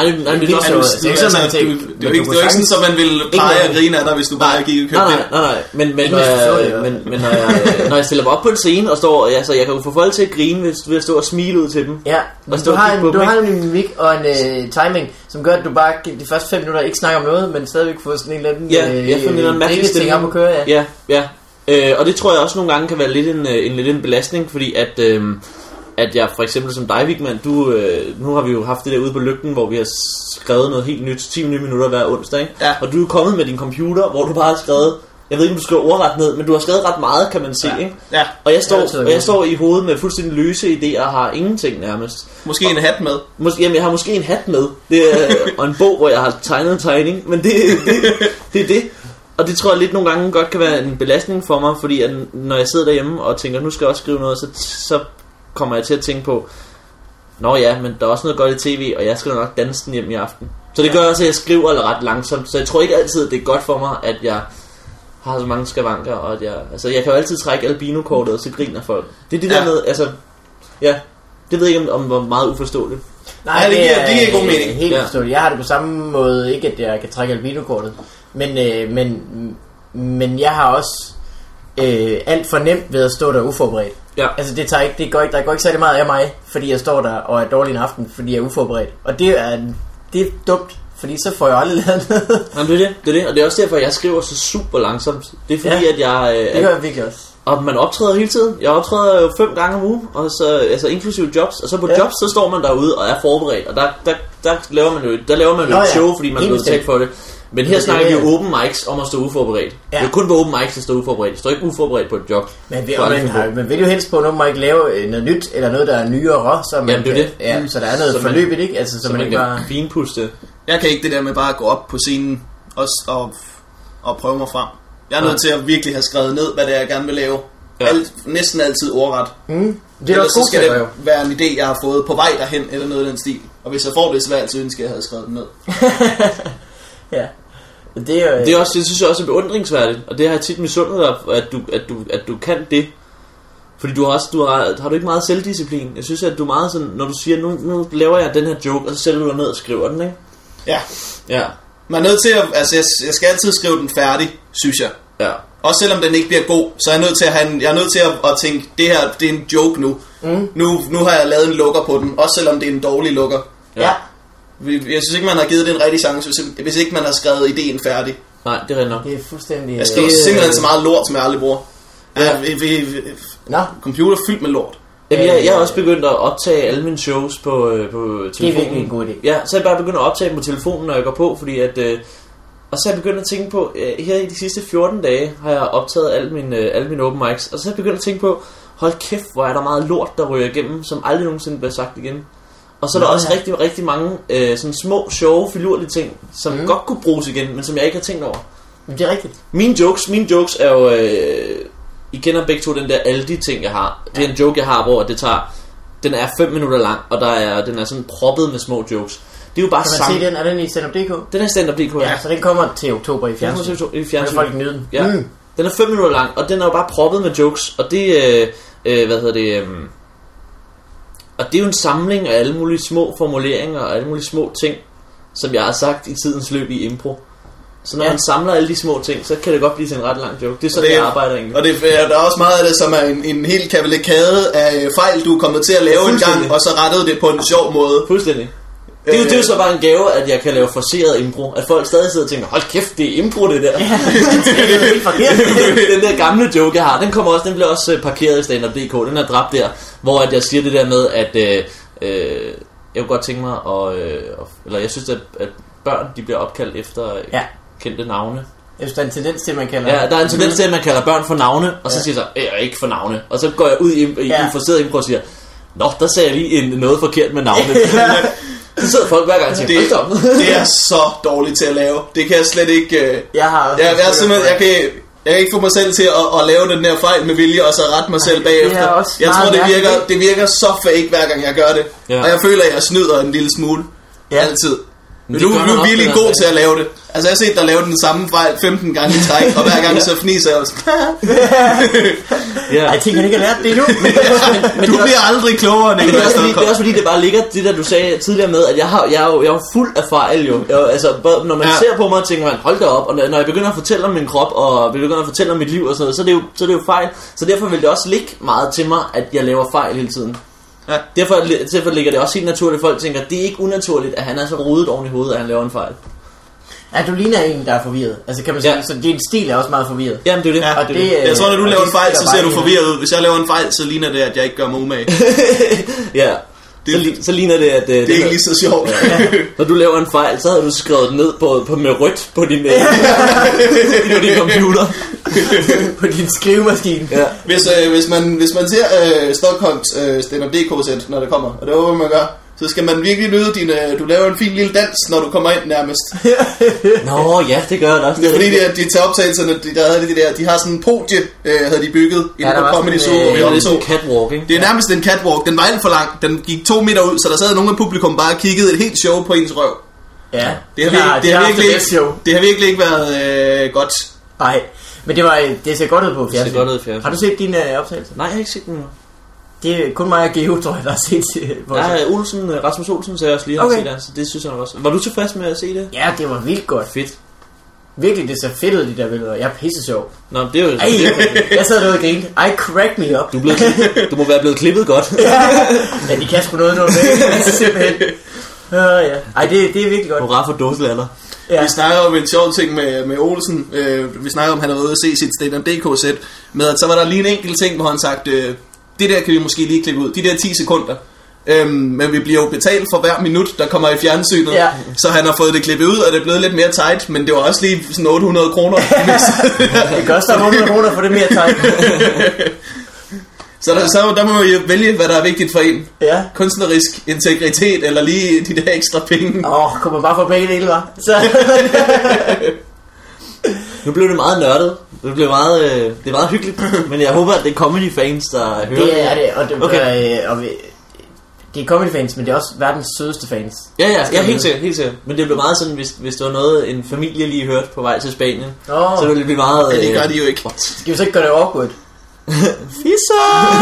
ikke sådan, så man ville pleje at grine af dig, hvis du bare gik og købte ind. Men når jeg stiller mig op på en scene og står, altså jeg kan jo få folk til at grine ved at stå og smile ud til dem. Ja, men du har en mimik og en timing, som gør, at du bare de første 5 minutter ikke snakker om noget, men stadigvæk får sådan en eller anden ting op at køre. Ja. Og det tror jeg også nogle gange kan være lidt en belastning, fordi at jeg for eksempel som dig, Vigman, nu har vi jo haft det der ude på Lygten, hvor vi har skrevet noget helt nyt, 10 nye minutter hver onsdag, ikke? Ja. Og du er kommet med din computer, hvor du bare har skrevet, jeg ved ikke om du skriver ordret ned, men du har skrevet ret meget, kan man se, ikke? Ja. Og jeg står i hovedet med fuldstændig løse idéer og har ingenting nærmest. Måske en hat med. Jamen jeg har måske en hat med, og en bog, hvor jeg har tegnet en tegning, men det er det. Og det tror jeg lidt nogle gange godt kan være en belastning for mig, fordi at når jeg sidder derhjemme og tænker, nu skal jeg også skrive noget, så kommer jeg til at tænke på, nå ja, men der er også noget godt i tv, og jeg skal nok danse den hjem i aften. Så det gør også, at jeg skriver ret langsomt. Så jeg tror ikke altid, at det er godt for mig, at jeg har så mange skavanker, og at jeg kan jo altid trække albino-kortet, og så griner folk. Det er det der med, altså, ja, det ved jeg ikke om hvor meget uforståeligt. Nej, det giver god mening. Helt forståeligt. Jeg har det på samme måde, ikke at jeg kan trække albino-kortet, men jeg har også alt for nemt ved at stå der uforberedt. Ja. Altså der går ikke særlig meget af mig, fordi jeg står der og er dårlig en aften, fordi jeg er uforberedt. Og det er dumt, fordi så får jeg aldrig lavet noget. Jamen det er det, og det er også derfor, jeg skriver så super langsomt. Det er fordi, at jeg... det gør jeg virkelig også. Og man optræder hele tiden. Jeg optræder jo 5 gange om ugen, og så, altså inklusive jobs. Og så på jobs, så står man derude og er forberedt. Og der laver man jo et show, fordi man er blevet tæt for det. Men her snakker vi jo open mics om at stå uforberedt. Det er jo kun på open mics at stå uforberedt. Du står ikke uforberedt på et job. Man vil jo helst på en open mic lave noget nyt, eller noget der er nyere, så man så der er noget forløb i det, ikke? Altså, så man ikke bare finpuste. Jeg kan ikke det der med bare at gå op på scenen og prøve mig frem. Jeg er nødt til at virkelig have skrevet ned, hvad det er, jeg gerne vil lave. Næsten altid ordret. Det er også så skal det være en idé, jeg har fået på vej derhen, eller noget af den stil. Og hvis jeg får det, så vil jeg altid ønske, at jeg havde skrevet den ned. Ja. Det er også, det synes jeg også er beundringsværdigt, og det har jeg tit misundet dig, at du kan det. Fordi har du ikke meget selvdisciplin. Jeg synes at du er meget sådan, når du siger nu laver jeg den her joke, og så sætter du dig ned og skriver den, ikke? Ja. Man er nødt til at, altså jeg skal altid skrive den færdig, synes jeg. Ja. Også selvom den ikke bliver god, så er jeg nødt til at tænke, det her, det er en joke nu. Nu har jeg lavet en lukker på den, også selvom det er en dårlig lukker. Ja. Jeg synes ikke, man har givet det en rigtig chance, hvis ikke man har skrevet ideen færdig. Nej, det er rigtig nok. Det er fuldstændig... Jeg skriver simpelthen så meget lort, som jeg aldrig bruger. Computer fyldt med lort. Jamen, jeg er også begyndt at optage alle mine shows på telefonen. Det er virkelig en god idé. Ja, så er jeg bare begyndt at optage dem på telefonen, når jeg går på, fordi at... Og så er jeg begyndt at tænke på, her i de sidste 14 dage har jeg optaget alle mine open mics, og så er jeg begyndt at tænke på, hold kæft, hvor er der meget lort, der ryger igennem, som aldrig nogensinde bliver sagt igen. Og så er der også rigtig, rigtig mange sådan små, sjove, filurlige ting, som godt kunne bruges igen, men som jeg ikke har tænkt over. Men det er rigtigt. Mine jokes er jo... I kender begge to den der Aldi-ting, jeg har. Det er en joke, jeg har, hvor det tager... Den er 5 minutter lang, og den er sådan proppet med små jokes. Det er jo bare kan man se den? Er den i stand-up.dk? Den er stand-up.dk, ja. Så den kommer til oktober i fjernsyn. Så folk nyde den. Ja. Den er 5 minutter lang, og den er jo bare proppet med jokes. Og det og det er jo en samling af alle mulige små formuleringer og alle mulige små ting, som jeg har sagt i tidens løb i impro. Så når man samler alle de små ting, så kan det godt blive til en ret lang joke. Det er sådan, jeg arbejder egentlig. Og der er også meget af det, som er en helt kavalkade af fejl, du er kommet til at lave en gang, og så rettede det på en sjov måde. Fuldstændig. Det er jo så bare en gave, at jeg kan lave forceret impro. At folk stadig sidder og tænker, hold kæft, det er impro det der. Ja, det er helt forkert. Den der gamle joke, jeg har, den bliver også parkeret i stand-up.dk. Den er dræbt der, hvor at jeg siger det der med, at jeg kunne godt tænke mig, eller jeg synes, at børn, de bliver opkaldt efter kendte navne. Jeg synes, der er en tendens til, man kalder... Ja, der er en tendens til, at man kalder børn for navne, og så siger jeg så, ikke for navne. Og så går jeg ud i forceret impro og siger, nå, der sagde jeg lige noget forkert med navne. Så sidder folk hver gang og siger, det er så dårligt til at lave. Det kan jeg slet ikke... Jeg kan ikke få mig selv til at lave den der fejl med vilje, og så rette mig selv bagefter. Jeg tror, det virker så fake, hver gang jeg gør det. Ja. Og jeg føler, at jeg snyder en lille smule. Ja. Altid. Men du er virkelig god til at lave det. Altså jeg har set dig lave den samme fejl 15 gange i træk, og hver gang så fniser jeg også. Jeg tænker ikke, at jeg har lært det endnu. Men du bliver aldrig klogere, Nick. Det er også fordi, det bare ligger det der, du sagde tidligere med, at jeg er jo fuld af fejl jo. Når man ser på mig, tænker man, hold da op. Og når jeg begynder at fortælle om min krop, og begynder at fortælle om mit liv og sådan noget, så er det jo fejl. Så derfor vil det også ligge meget til mig, at jeg laver fejl hele tiden. Ja. Derfor ligger det også helt naturligt, folk tænker, det er ikke unaturligt, at han er så rodet oven i hovedet, at han laver en fejl. Ja, du ligner en, der er forvirret. Altså kan man sige, så din stil er også meget forvirret. Jamen det er det. Ja, og det jeg tror, når du laver en fejl, så ser du forvirret ud. Hvis jeg laver en fejl, så ligner det, at jeg ikke gør mig umage. Ja. Så ligner det, at... det er ikke lige så sjovt. Ja. Når du laver en fejl, så har du skrevet den ned med rødt på din computer. På din skrivemaskine. Ja. Hvis man ser Stockholms stand-up.dk-sæt, når det kommer, og det håber man gør, så skal man virkelig nyde du laver en fin lille dans, når du kommer ind nærmest. Nå ja, det gør det også. Det er fordi, de tager optagelserne, de har sådan en podie, havde de bygget inde på Comedy Zoo, hvor vi optog. Det er catwalk, ikke? Det er nærmest en catwalk, den var alt for lang, den gik 2 meter ud, så der sad nogen af publikum bare og kiggede et helt show på ens røv. Ja, det har virkelig ikke været godt. Nej, men det ser godt ud på fjernsyn. Har du set dine optagelser? Nej, jeg har ikke set den. Det er kun mig og Geo, tror jeg, der har set det. Rasmus Olsen sagde også lige, at se det, så det synes jeg også. Var du tilfreds med at se det? Ja, det var vildt godt. Fedt. Virkelig, det ser fedt ud, de der billeder. Jeg er pisse sjov. Nå, det er jo... Jeg sad derude og grinte. I crack me up. Du må være blevet klippet godt. Ja, de kan sgu noget simpelthen. Ej, det er virkelig godt. Hurra for dåselaller. Ja. Vi snakker om en sjov ting med Olsen. Vi snakker om, han havde ude at se sit stand-up.dk-sæt, med at så var der lige en enkelt ting, hvor han sagt, det der kan vi måske lige klippe ud, de der 10 sekunder. Men vi bliver jo betalt for hver minut, der kommer i fjernsynet. Ja. Så han har fået det klippet ud, og det er blevet lidt mere tight, men det var også lige sådan 800 kroner. Det koster 800 kroner for det mere tight. Så der må man jo vælge, hvad der er vigtigt for en. Ja. Kunstnerisk integritet, eller lige de der ekstra penge. Kommer bare for begge dele, hva'? Nu blev det meget nørdet. Det er meget hyggeligt. Men jeg håber, at det er comedy fans, der hører det. Det er det, og det er comedy fans, men det er også verdens sødeste fans. Ja, helt sikkert. Men det blev meget sådan, hvis det var noget, en familie lige hørte på vej til Spanien, så ville det blive meget... Ja, det gør de jo ikke. Skal vi så ikke gøre det awkward? Fisser!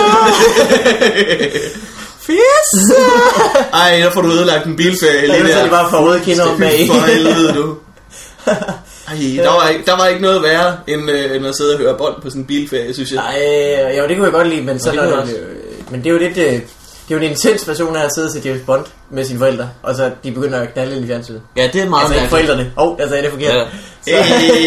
Ej, der får du ødelagt en bilferie. Så er det bare for røde kinder om bag. For helvede, du. Der var ikke noget værre, end at sidde og høre bånd på sådan en bilferie, synes jeg. Nej, jo, det kunne jeg godt lide, men så men det er jo lidt... Det er jo en intens version af at sidde og se James Bond med sine forældre, og så de begynder at knalde ind i fjernsynet. Ja, det er meget mærkeligt. Forældrene. Jeg sagde det forkert. Ja.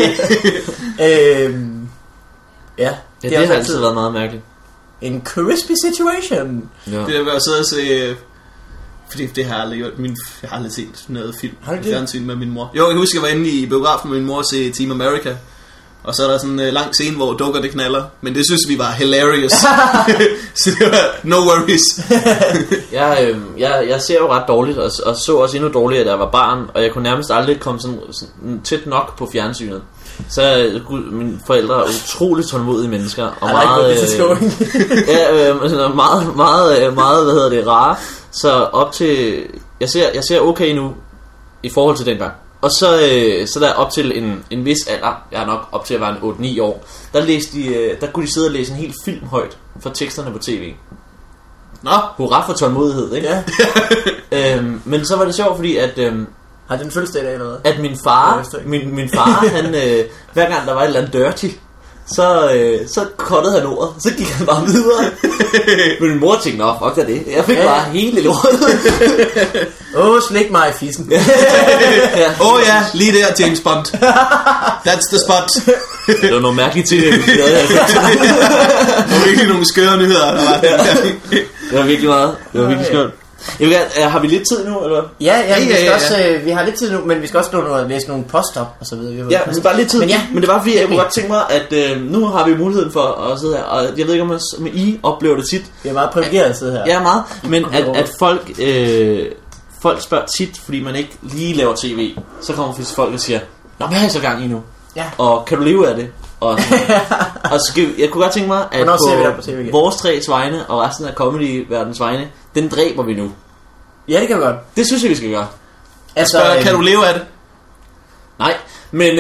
Ja, det har altid været meget mærkeligt. En crispy situation. Ja. Det er at sidde og se... Fordi det har jeg aldrig gjort. Jeg har aldrig set noget film i fjernsyn med min mor. Jo, jeg husker, jeg var inde i biografen med min mor og se Team America. Og så er der sådan en lang scene, hvor dukker det knaller. Men det synes vi var hilarious. Så det var no worries. Jeg ser jo ret dårligt, og så også endnu dårligere, da jeg var barn. Og jeg kunne nærmest aldrig komme sådan tæt nok på fjernsynet. Så mine forældre er utroligt tålmodige mennesker. Og meget rare. Så op til... Jeg ser okay nu i forhold til dengang. Og så der op til en vis alder, jeg er nok op til at være en 8-9 år, der kunne de sidde og læse en helt film højt for teksterne på tv. Nå, hurra for tålmodighed, ikke? Ja. Men så var det sjovt, fordi at... har den fødselsdag i dag eller hvad? At min far, han, hver gang der var et eller andet dirty, så cuttede han ordet. Så gik han bare videre. Men min mor tænkte, nå, fuck det. Jeg fik bare hele lortet. Slik mig i fissen. Ja, lige der, James Bond. That's the spot. Det var nogle mærkelige ting. Det var virkelig nogle skøre nyheder, der var. Det var virkelig meget. Det var virkelig skørt. Har vi lidt tid nu, eller? Ja. Vi har lidt tid nu, men vi skal også nå at læse nogle post op og så videre. Ja, så bare lidt tid. Men det var fordi, jeg kunne godt tænke mig, at nu har vi muligheden for at sidde her, og jeg ved ikke, om I oplever det tit. Det er meget privilegeret at sidde her. Ja, meget. Men at folk spørger tit, fordi man ikke lige laver tv, så kommer faktisk folk og siger, nå, hvad har I så gang i nu? Ja. Og kan du leve af det? Og så jeg kunne godt tænke mig, at på vores tres vegne og resten af comedy-verdens vegne, den dræber vi nu. Ja, det kan vi godt. Det synes jeg, vi skal gøre. Altså, kan du leve af det? Nej, men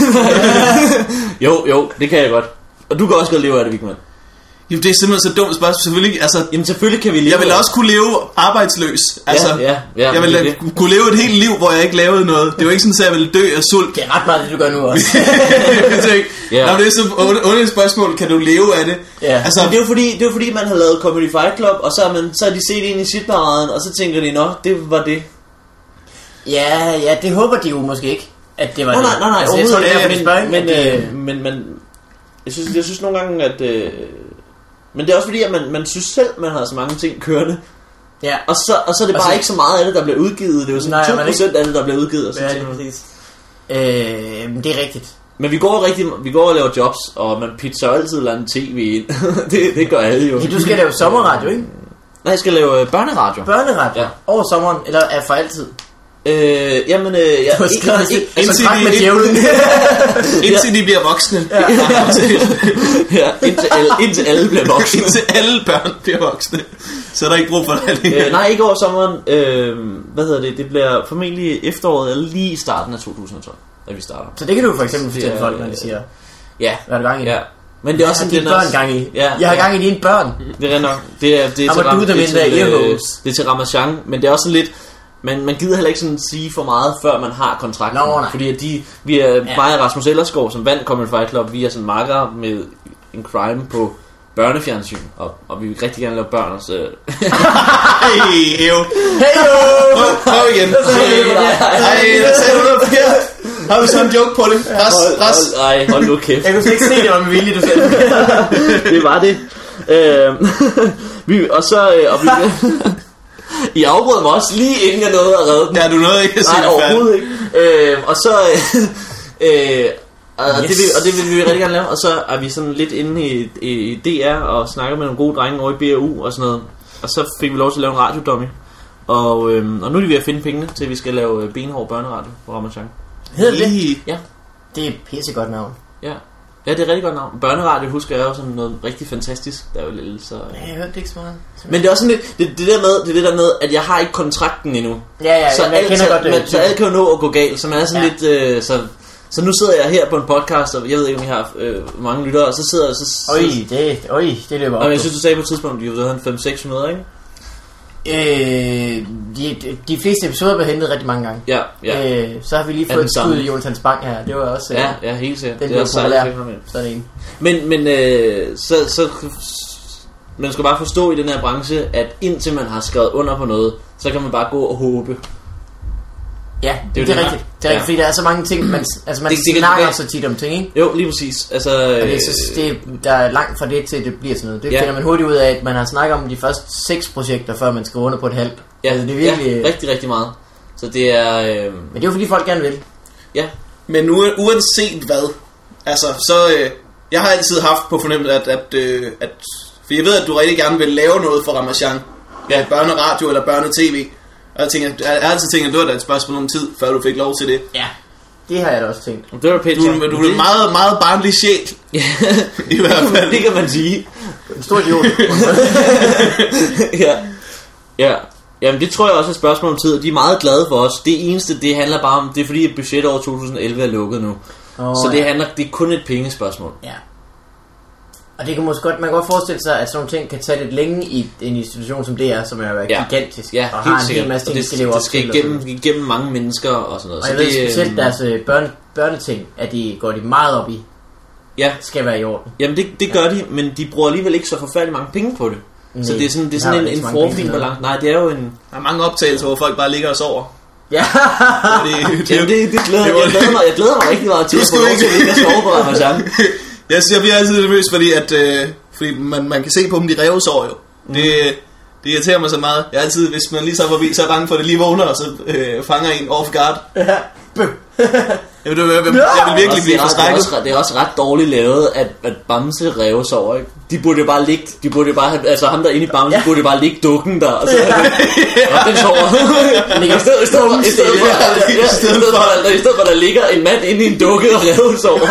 jo, det kan jeg godt. Og du kan også godt leve af det, Vigman. Jo, det er simpelthen så dumt spørgsmål. Selvfølgelig, altså, jamen selvfølgelig kan vi leve. Jeg vil også kunne leve arbejdsløs. Altså, ja, jeg vil kunne leve et helt liv, hvor jeg ikke lavede noget. Det er jo ikke sådan, at jeg ville dø af sult. Det er ret meget det, du gør nu også. Nå, det er så underligt spørgsmål. Kan du leve af det? Ja. Altså, det er jo fordi man har lavet Comedy Fight Club, og så har de set ind i sitparaden, og så tænker de, nå, det var det. Ja, det håber de jo måske ikke, at det var det. Nej, altså, jeg tror, det er men jeg synes nogle gange, at... Men det er også fordi, at man synes selv, man har så mange ting kørende. Ja. Og så er det bare ikke så meget af det, der bliver udgivet. Det er jo sådan 2% af det, der bliver udgivet. Og ja, det er præcis. Det er rigtigt. Men vi går og laver jobs, og man pitcher altid eller andet tv ind. det gør alle jo. Ja, du skal lave sommerradio, ikke? Nej, jeg skal lave børneradio. Børneradio? Ja. Over sommeren, eller er for altid? Jamen, du har skrevet med djævlen. Indtil de bliver voksne. Ja, indtil alle bliver voksne. Indtil alle børn bliver voksne. Så er der ikke brug for det længere. Nej, ikke over sommeren. Det bliver formentlig efteråret, eller lige i starten af 2012, at vi starter. Så det kan du for eksempel fortælle folk, når de siger, hvad er du gang i? Ja. Men det er også en børn gang i. Jeg har gang i dine børn. Det er nok. Det er til Ramachan, men det er også lidt. Man gider heller ikke sådan sige for meget, før man har kontrakten. Fordi at vi er mig og Rasmus Ellersgaard, som vandt Comedy Fight Club, vi er sådan marker med en crime på børnefjernsyn, og vi vil rigtig gerne lave børn. Så... Prøv igen. Sagde du noget forkert? Har du sådan en joke på det? Ras. Nej, hold nu kæft. Jeg kunne ikke se, det var med vilje, du sagde. Det var det. I afbrød mig også lige inden jeg nåede at redde den. Ja, du nåede ikke at sige det overhovedet ikke. Og så det vil vi rigtig gerne lave. Og så er vi sådan lidt inde i DR og snakker med nogle gode drenge over i BAU og sådan noget. Og så fik vi lov til at lave en radiodummy. Og nu er vi ved at finde pengene til at vi skal lave benhård børneradio på Ramachan. Hedder det? Ja. Det er pissegodt navn. Ja. Ja, det er rigtig godt navn. Børneradio husker jeg jo sådan noget rigtig fantastisk, der er jo lille, så... Ja, jeg hørte det ikke så meget. Men det er også sådan lidt, det der med, at jeg har ikke kontrakten endnu. Ja, så jeg kender godt det. Så alt kan jo nå at gå galt, så man er sådan lidt... Så nu sidder jeg her på en podcast, og jeg ved ikke, om I har mange lyttere, og så sidder jeg... Det løber op. Og jeg synes, du sagde på et tidspunkt, at du havde en 500-600, ikke? De fleste episoder blev hentet rigtig mange gange. Ja. Så har vi lige fået et skud i Jonathan Spang her. Det var også... Ja, helt sikkert. Den blev populær. Sådan en. Men så man skal bare forstå i den her branche, at indtil man har skrevet under på noget, så kan man bare gå og håbe. Ja, det er rigtigt. Det er rigtigt, fordi der er så mange ting, man snakker så tit om ting, ikke? Jo, lige præcis. Altså, der er langt fra det til, det bliver sådan noget. Det finder man hurtigt ud af, at man har snakket om de første 6 projekter, før man skriver under på et halvt. Ja, altså, det er virkelig, rigtig, rigtig meget. Så det er... Men det er jo fordi, folk gerne vil. Ja. Men uanset hvad, altså, så... jeg har altid haft på fornemmelse, at for jeg ved, at du rigtig gerne vil lave noget for Ramasjang. Ja, børneradio eller børnetv. Og jeg har altid tænkt, at det var da et spørgsmål om tid, før du fik lov til det. Ja, det har jeg da også tænkt. Det var pænt. Du er en meget, meget barnlig sjæl. I hvert fald. Det kan man sige. En stor idiot. Ja. Jamen det tror jeg også er et spørgsmål om tid, og de er meget glade for os. Det eneste, det handler bare om, det er fordi budgetåret 2011 er lukket nu. Så det er kun et pengespørgsmål. Ja. Og det kan måske godt, man kan godt forestille sig, at sådan nogle ting kan tage lidt længe i en institution som det er, som er gigantisk. Ja, og har en hel masse ting, det skal leve op til. Det skal igennem mange mennesker og sådan noget. Og jeg ved specielt deres børneting, at går de meget op i, skal være i orden. Jamen det gør de, men de bruger alligevel ikke så forfærdeligt mange penge på det. Så det er sådan en forfin balance. Nej, det er jo en... Der er mange optagelser, hvor folk bare ligger og sover. Ja. det glæder jeg glæder mig rigtig meget til at få lov til at ligge og sove på Ramasjang. Jeg bliver altid nervøs, fordi man kan se på dem, de revsår jo. Det irriterer mig så meget. Jeg altid, hvis man lige så forbi, så er bange for, at det lige vågner, og så fanger en off guard. Ja. Jeg vil virkelig blive forskrækket. Det er også ret dårligt lavet, at Bamse revsover, ikke? De burde jo bare ligge, altså ham der inde i Bamse, burde jo bare ligge dukken der, og så den sover. I stedet for, der ligger en mand inde i en dukke og revsover.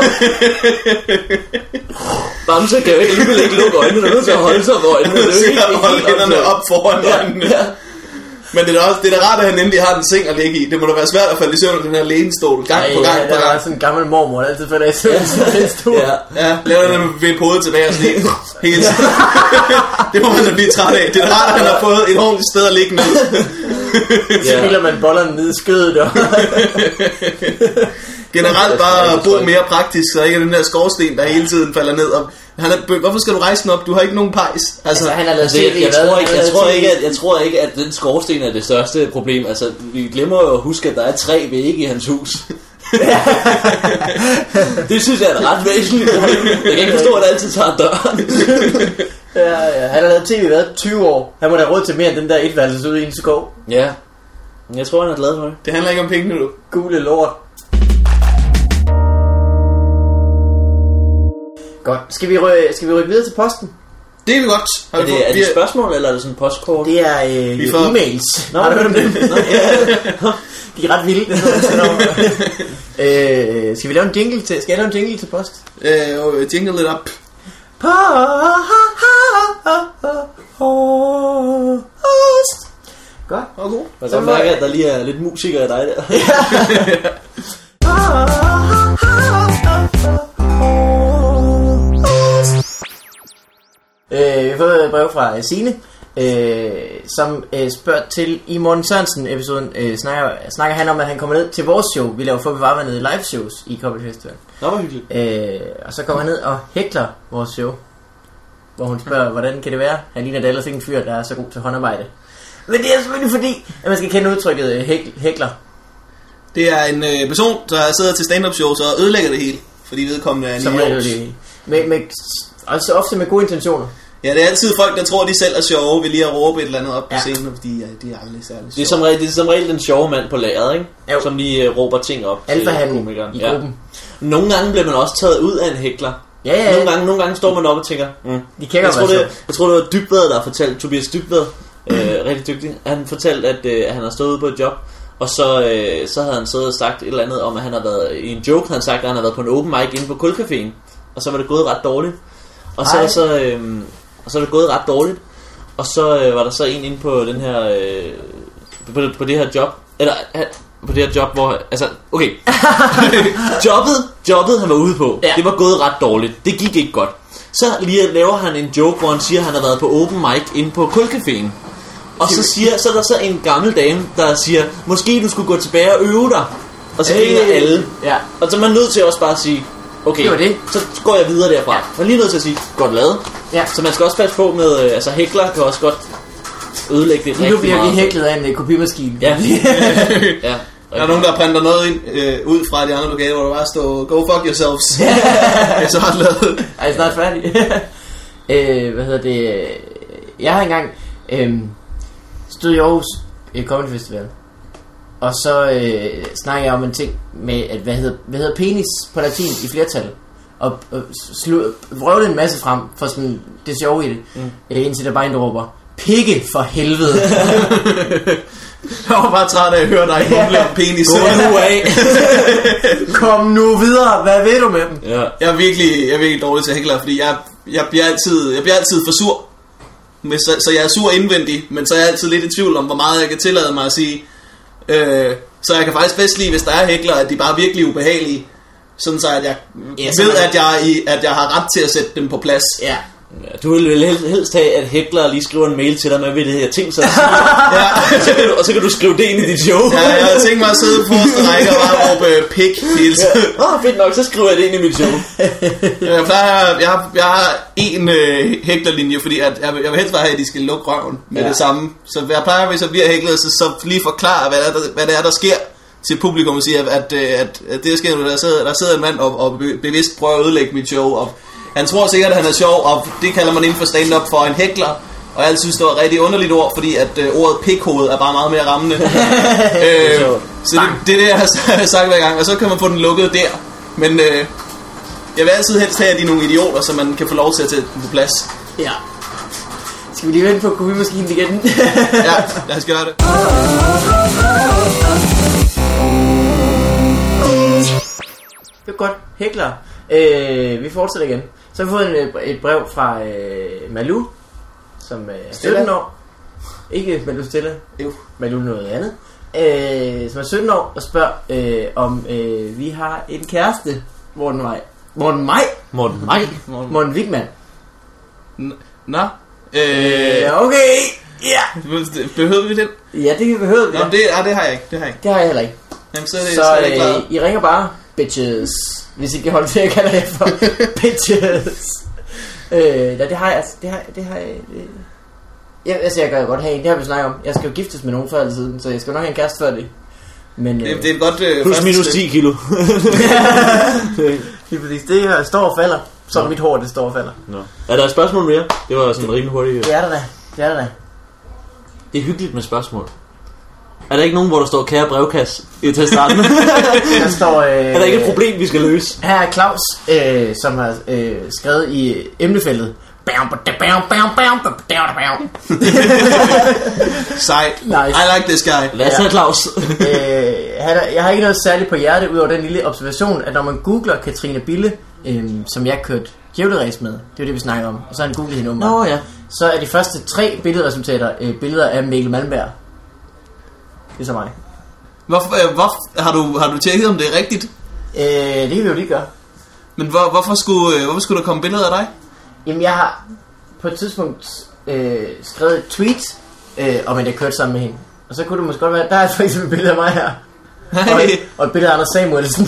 Bamse kan jo alligevel ikke lukke øjnene, der er nødt til at holde sig for øjnene. Holde hænderne op foran øjnene. Men det er da rart, at han endelig har en seng at ligge i. Det må da være svært at falde i søvn af den her lænestol gang på gang. Der var sådan en gammel mormor, der altid falder i søvn af den stol. Ja, laver den ved hovedet tilbage og sådan hele tiden. Det må man da blive træt af. Det er rart, at han har fået et ordentligt sted at ligge ned. Så hælder man bollerne ned i skødet. Generelt bare bo mere praktisk, så ikke den der skorsten, der hele tiden falder ned. Og hvorfor skal du rejse den op? Du har ikke nogen pejs. Altså han har lavet jeg tror ikke, at den skorsten er det største problem. Altså, vi glemmer jo at huske, at der er 3 vægge i hans hus. Det synes jeg er et ret væsentligt problem. Jeg kan ikke forstå, at det altid tager døren. Ja, han har lavet tv i 20 år. Han må da have råd til mere end den der etværelses ude i en skov. Ja, jeg tror, han er glad for det. Det handler ikke om penge nu. Gule lort. Godt. Skal vi rykke videre til posten? Det er vi godt. Er det et spørgsmål, eller er det sådan en postkort? Det er e-mails. Har du hørt om det? De er ret vilde. Skal vi lave en jingle til? Skal jeg lave en jingle til post? Jingle lidt op. Post. Godt. Og god. Jeg kan mærke, at der lige er lidt musikere i dig der. Vi har fået et brev fra Signe, som spørger til i Morten Sørensen episoden, snakker han om, at han kommer ned til vores show. Vi laver Fubi Farvandet live shows i Comedy Festival. Nå, hvor hyggeligt. Og så kommer han ned og hækler vores show, hvor hun spørger, hvordan kan det være? Han ligner da ellers ikke en fyr, der er så god til håndarbejde. Men det er selvfølgelig fordi, at man skal kende udtrykket hækler. Det er en person, der sidder til stand-up shows og ødelægger det hele, fordi vedkommende er en idiot. Altså ofte med gode intentioner. Ja, det er altid folk, der tror, de selv er sjove, vil lige at råbe et eller andet op på scenen, fordi de er aldrig særlig sjove. Det er som regel den sjove mand på lageret, ikke? Jo. Som lige råber ting op til komikeren i gruppen. Nogle gange bliver man også taget ud af en hækler. Ja. Nogle gange står man op og tænker, de jeg tror det var Dybvad, der fortalte, Tobias Dybvad, rigtig dygtig. Han fortalte, at han har stået ude på et job, og så havde han siddet og sagt et eller andet om, at han har været i en joke, han sagt, at han har været på en open mic inde på Kulcaféen, og så var det gået ret dårligt. Og så er det gået ret dårligt. Og så var der så en inde på den her på det her job, eller på det her job, hvor altså okay. jobbet han var ude på, det var gået ret dårligt. Det gik ikke godt. Så lige laver han en joke, hvor han siger, at han har været på open mic inde på Kulcaféen. Og så er der så en gammel dame, der siger, måske du skulle gå tilbage og øve dig. Og så griner alle. Ja. Og så er man nødt til også bare at sige, okay, det. så går jeg videre derfra. Man er lige nødt til at sige, godt lavet. Ja. Så man skal også passe på med, altså hækler kan også godt ødelægge det rigtig meget. Nu bliver vi hæklet af en kopimaskine. Ja. Ja. Der er nogen, der printer noget ind, ud fra de andre lokaler, hvor der bare står, go fuck yourselves. Det er så ret lavet. Er I snart færdig? Hvad hedder det? Jeg har engang stod i Aarhus Comedy Festival. Og så snakker jeg om en ting med, at hvad hedder penis på latin i flertal. Og vrøvlede en masse frem for sådan det sjove i det. Indtil der bare en, der råber, pikke for helvede. Jeg var bare træt af at høre dig mumle om penis. Gå nu af. Kom nu videre. Hvad ved du med dem? Ja. Jeg er virkelig dårlig til hækler, fordi jeg bliver altid for sur. Så jeg er sur indvendig, men så er jeg altid lidt i tvivl om, hvor meget jeg kan tillade mig at sige. Så jeg kan faktisk bedst lide, hvis der er hækler, at de bare er virkelig ubehagelige. Sådan så, at jeg ved, at jeg har ret til at sætte dem på plads. Ja. Du vil helst have, at hæklere lige skriver en mail til dig med, hvad det her ting så og så kan du skrive det ind i dit show. Ja, jeg har tænkt mig at sidde på forreste række og bare råbe pik hele tiden. Fedt nok, så skriver jeg det ind i mit show. Jeg har en hæklerlinje, fordi at jeg vil helst bare have, at de skal lukke røven med det samme. Så jeg plejer, hvis jeg bliver hæklet, så lige forklare, hvad det er, der sker til publikum og sige, at det der sker, der sidder en mand og bevidst prøver at ødelægge mit show, og han tror sikkert, at han er sjov, og det kalder man inden for stand-up for en hækler. Og jeg synes, det var et rigtig underligt ord, fordi at ordet pikhoved er bare meget mere rammende. Så det er det, jeg har sagt hver gang, og så kan man få den lukket der. Men jeg vil altid helst have, at de er nogle idioter, så man kan få lov til at tage den på plads. Ja. Skal vi lige vente på kopimaskinen igen? Ja, jeg skal gøre det. Det er godt. Hækler. Vi fortsætter igen. Så har vi fået et brev fra Malou, som er 17 år. Ikke Malou Stella. Malou noget andet. Som er 17 år og spørger, om vi har en kæreste. Morten Wigman. Nå. Okay. Ja. Behøver vi den? Ja, det behøver vi. Nå, det har jeg ikke. Det har jeg heller ikke. Jamen, så I ringer bare, bitches. Hvis I kan holde til, jeg kalder jer for bitches. Det har jeg. Jeg kan jo godt have en. Det har vi snakket om. Jeg skal jo giftes med nogen før eller siden, så jeg skal jo nok have en kæreste før det. Men det er et godt plus minus 10 kilo. Lige præcis. Det her står og falder. Så er mit hår, det står og falder. Nå. Er der et spørgsmål mere? Det var sådan rimelig hurtigt. Det er der da. Det er hyggeligt med spørgsmål. Er der ikke nogen, hvor der står kære brevkasse til at starte med? Der står, er der ikke et problem, vi skal løse? Her er Claus, som har skrevet i emnefeltet. Sejt. Nice. I like this guy. Lad os have Claus. Jeg har ikke noget særligt på hjerte, udover den lille observation, at når man googler Katrine Bille, som jeg kørte djævleræs med, det er det vi snakker om, og så har han googlet hende umiddelbart. Ja. Så er de første 3 billedresultater billeder af Mikkel Malmberg. Det er så mig. Hvorfor har du tjekket, om det er rigtigt? Det kan vi jo lige gøre. Men hvorfor skulle der komme billeder af dig? Jamen jeg har på et tidspunkt skrevet et tweet om at jeg kørte sammen med hende. Og så kunne det måske godt være, der er for eksempel et billede af mig her. Og et billede af Anders Samuelsen.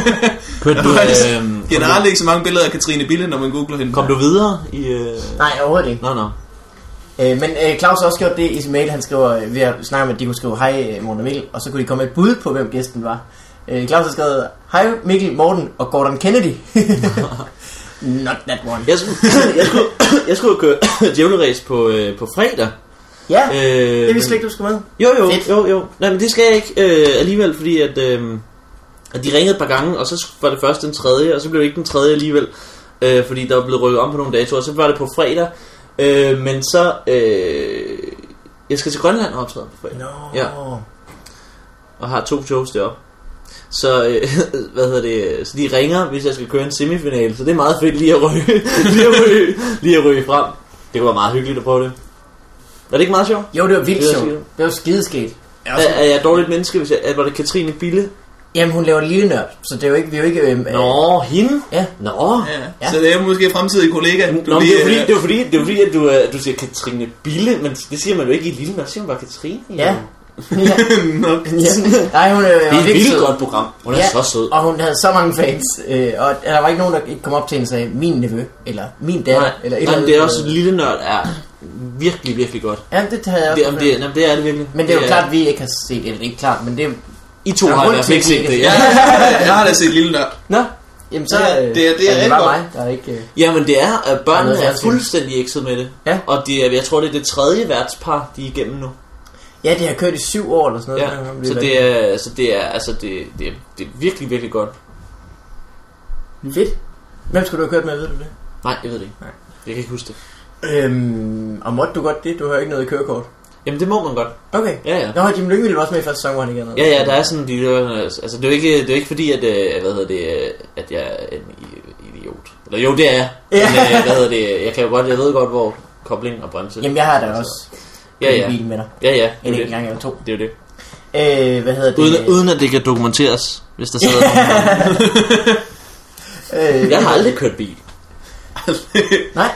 Generelt ikke så mange billeder af Katrine Bille, når man googler hende. Kom du videre i... Nej, overhovedet ikke. Nå. Men Claus har også gjort det i sin mail. Han skriver, ved at snakke om, at de kunne skrive hej Morten og Mikkel, og så kunne de komme et bud på, hvem gæsten var. Claus har skrevet, hej Mikkel, Morten og Gordon Kennedy. Not that one. Jeg skulle køre djævleræs på fredag. Ja, det vidste ikke, du skulle med. Jo. Nej, men det skal jeg ikke alligevel, fordi at de ringede et par gange, og så var det først den tredje, og så blev det ikke den tredje alligevel, fordi der var blevet rykket om på nogle datoer, og så var det på fredag. Men så jeg skal til Grønland og optræde på fredag. Ja. Og har 2 shows deroppe. Så så de ringer, hvis jeg skal køre en semifinale. Så det er meget fedt lige at ryge frem. Det var meget hyggeligt at prøve det. Var det ikke meget sjovt? Jo, det var vildt sjovt. Det var skideskægt. Er jeg et dårligt menneske, hvis var det Katrine Bille? Jamen, hun laver Lille Nørd, så det er jo ikke... Vi er jo ikke Nå, hende? Ja. Nå. Ja. Så det er måske fremtidige kollega. Det er jo fordi, at du siger Katrine Bille, men det siger man jo ikke i Lille Nørd, det siger man bare Katrine. Ja. Nok. Ja. Nej, hun det er et vildt godt program. Hun er så sød. Og hun havde så mange fans. Og der var ikke nogen, der ikke kom op til hende og sagde, min nevø, eller min datter. Nej, eller nej, det er også Lille Nørd er virkelig, virkelig godt. Ja, det havde jeg også. Det er det virkelig. Men det er jo klart, at vi ikke har set det. Ikke klart, men det er... I to har i hvert fald ikke set det. Jeg har da set Lille Nørd. Nå, jamen så det er bare mig, der er ikke... Jamen det er, at børnene er fuldstændig ekset med det. Ja. Og jeg tror, det er det 3. værtspar, de er igennem nu. Ja, det har kørt i 7 år eller sådan noget. Ja, så det er virkelig, virkelig godt. Fedt. Hvem skulle du have kørt med, ved du det? Nej, jeg ved det ikke. Nej. Jeg kan ikke huske det. Og måtte du godt det? Du har ikke noget kørekort. Jamen det må man godt. Okay. Ja. Nå, Jim Lyngvild var også med i første sæson, hvor han ikke noget. Ja, der er sådan altså det er jo ikke fordi at at jeg er en idiot. Eller jo, det er jeg. Men jeg ved godt hvor kobling og bremse. Jamen jeg har da også ja. Bilen med dig. Ja. En enkelt gang eller 2. Det er jo det. Uden at det kan dokumenteres, hvis der sidder nogen. Jeg har aldrig kørt bil. Nej.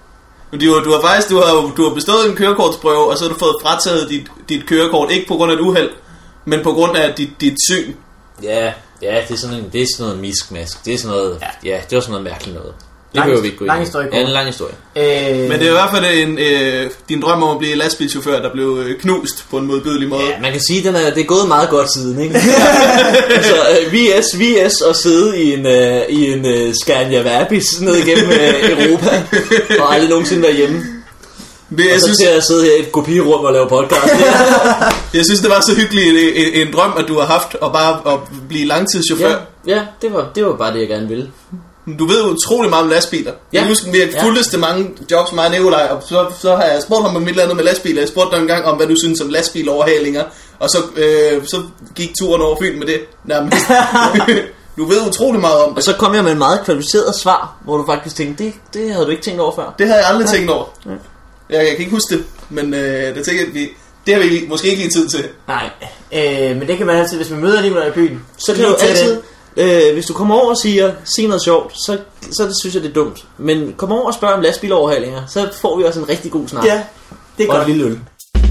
Du har bestået en kørekortsprøve, og så har du fået frataget dit kørekort, ikke på grund af et uheld, men på grund af dit syn. Ja, det er sådan noget miskmask. Det er sådan noget, det var sådan noget mærkeligt noget. Det behøver vi ikke gå ind i. En lang historie. Men det er i hvert fald din drøm om at blive lastbilchauffør, der blev knust på en modbydelig måde. Ja, man kan sige, det er gået meget godt siden, ikke? Altså, VS og sidde i en Scania Vabis ned igennem Europa, og aldrig nogensinde være hjemme. Og så til at sidde her i et kopirum og lave podcast. Jeg synes, det var så hyggeligt en drøm, at du har haft, og bare at blive langtidschauffør. Ja, det var bare det, jeg gerne ville. Du ved jo utrolig meget om lastbiler. Jeg husker, vi har fuldeste mange jobs, mig og Nikolaj, og så har jeg spurgt ham om et eller andet med lastbiler. Jeg spurgte dig en gang om, hvad du synes om lastbiloverhalinger, og så gik turen over Fyn med det. Du ved utrolig meget om det. Og så kom jeg med en meget kvalificeret svar, hvor du faktisk tænkte, det havde du ikke tænkt over før. Det havde jeg aldrig tænkt over. Jeg kan ikke huske det, men det tænker jeg, det har vi måske ikke lige tid til. Nej, men det kan man altid, hvis man møder Nikolaj i byen. Så kan du altid... hvis du kommer over og siger noget sjovt, så det synes jeg det er dumt. Men kom over og spørg om lastbiloverhalinger, så får vi også en rigtig god snak. Ja, det er godt. Og et lille øl.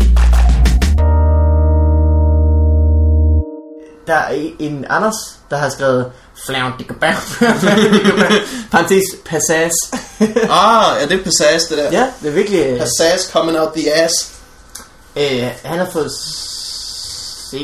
Der er en Anders, der har skrevet parentes passage. Ja, det er passage det der. Ja, det er virkelig passage coming out the ass. Han har fået set...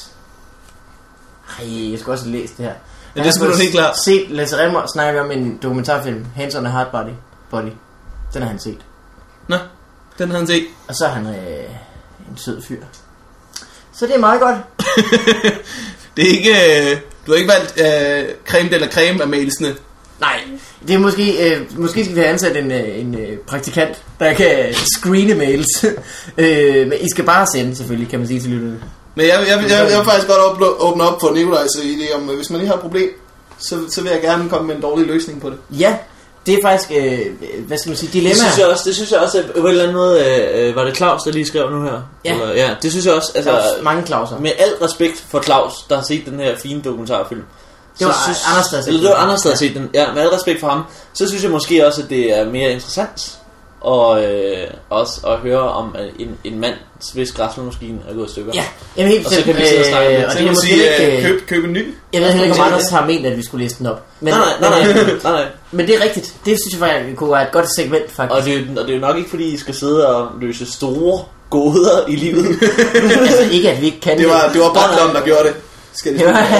Jeg skal også læse det her. Ja, det skulle du helt klart. Set Lasse Remmer snakker om en dokumentarfilm, Hands on a Hard Body. Den har han set. Nå, den har han set. Og så er han en sød fyr. Så det er meget godt. Det er ikke... Du har ikke valgt creme de la creme af mailsene. Nej, det er måske skal vi have ansat en praktikant, der kan screene mails. Men I skal bare sende, selvfølgelig, kan man sige til lytterne. Men jeg vil faktisk godt åbne op for Nikolajs idé om, hvis man lige har et problem, så vil jeg gerne komme med en dårlig løsning på det. Ja, det er faktisk, hvad skal man sige, dilemma. Det synes jeg også, at på en eller anden måde, var det Claus, der lige skrev nu her? Ja. Eller, ja, det synes jeg også, altså, der er mange Clauser. Med al respekt for Claus, der har set den her fine dokumentarfilm. Det var Anders, der har set den. Det var Anders, der har set den. Ja, med al respekt for ham, så synes jeg måske også, at det er mere interessant også at høre om en mand, hvis græsslåmaskine er gået i stykker. Ja, jamen helt og så kan vi sidde og snakke om det. Så kan man sige, køb en ny. Jeg ved heller ikke, om Anders har ment, at vi skulle læse den op. Men, nej. Men det er rigtigt. Det synes jeg faktisk kunne være et godt segment, faktisk. Og det er jo nok ikke, fordi I skal sidde og løse store gåder i livet. Altså ikke, at vi ikke kan det. Det var Bottlom, der gjorde det. Skal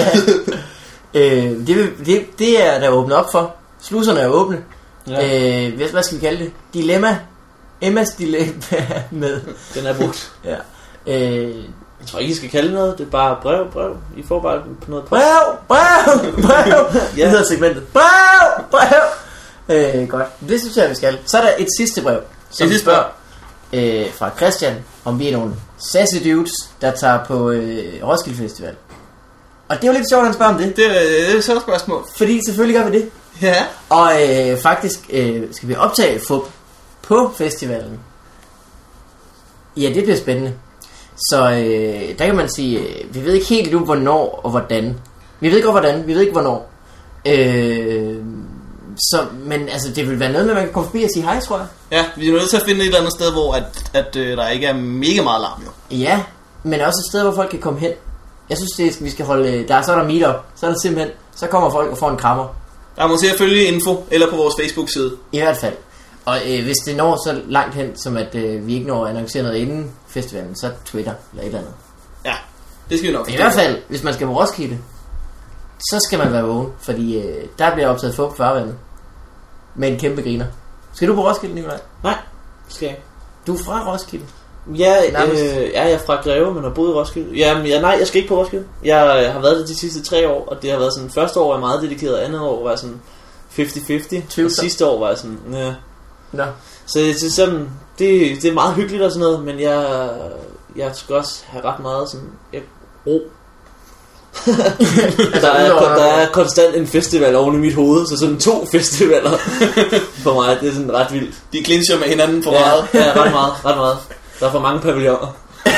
det er der åbnet op for. Sluserne er åbne. Ja. Hvad skal vi kalde det? Dilemma. Emmas dilemma med. Den er brugt. Ja. Jeg tror ikke, I skal kalde noget. Det er bare brev. I får bare noget brev. Det hedder segmentet. Brev. Godt. Det synes jeg, vi skal. Så er der et sidste brev, som spørger fra Christian, om vi er nogle sassy dudes, der tager på Roskilde Festival. Og det er jo lidt sjovt, at han spørger om det. Det er et sjovt spørgsmål. Fordi selvfølgelig gør vi det. Ja. Og faktisk skal vi optage FUP på festivalen. Ja, det bliver spændende. Så der kan man sige, vi ved ikke helt nu, hvornår og hvordan. Vi ved ikke hvordan, vi ved ikke hvornår. Men altså, det vil være noget med, man kan komme forbi og sige hej, tror jeg. Ja, vi er nødt til at finde et eller andet sted, hvor at der ikke er mega meget larm, jo. Ja, men også et sted, hvor folk kan komme hen. Jeg synes, vi skal holde... Så er der meetup, så er der simpelthen... Så kommer folk og får en krammer. Der må se at følge info, eller på vores Facebook-side. I hvert fald. Og hvis det når så langt hen, som at vi ikke når at annoncere noget inden festivalen, så Twitter eller et eller andet. Ja, det skal vi nok. I hvert fald, hvis man skal på Roskilde, så skal man være vågen, fordi der bliver optaget fup på farvandet. Med en kæmpe griner. Skal du på Roskilde, Nikolaj? Nej, skal jeg ikke. Du er fra Roskilde? Ja, jeg er fra Greve, men har boet i Roskilde. Nej, jeg skal ikke på Roskilde. Jeg har været der de sidste 3 år, og det har været sådan, første år var jeg meget dedikeret, andet år var jeg sådan 50-50, og sidste år var jeg sådan, ja. Nå. Så det er sådan, det er meget hyggeligt og sådan noget, men jeg skal også have ret meget sådan, ro. der er konstant en festival oven i mit hoved, så sådan 2 festivaler for mig, det er sådan ret vildt. De clincher med hinanden for meget. Ja, ret meget. Der er for mange pavilloner.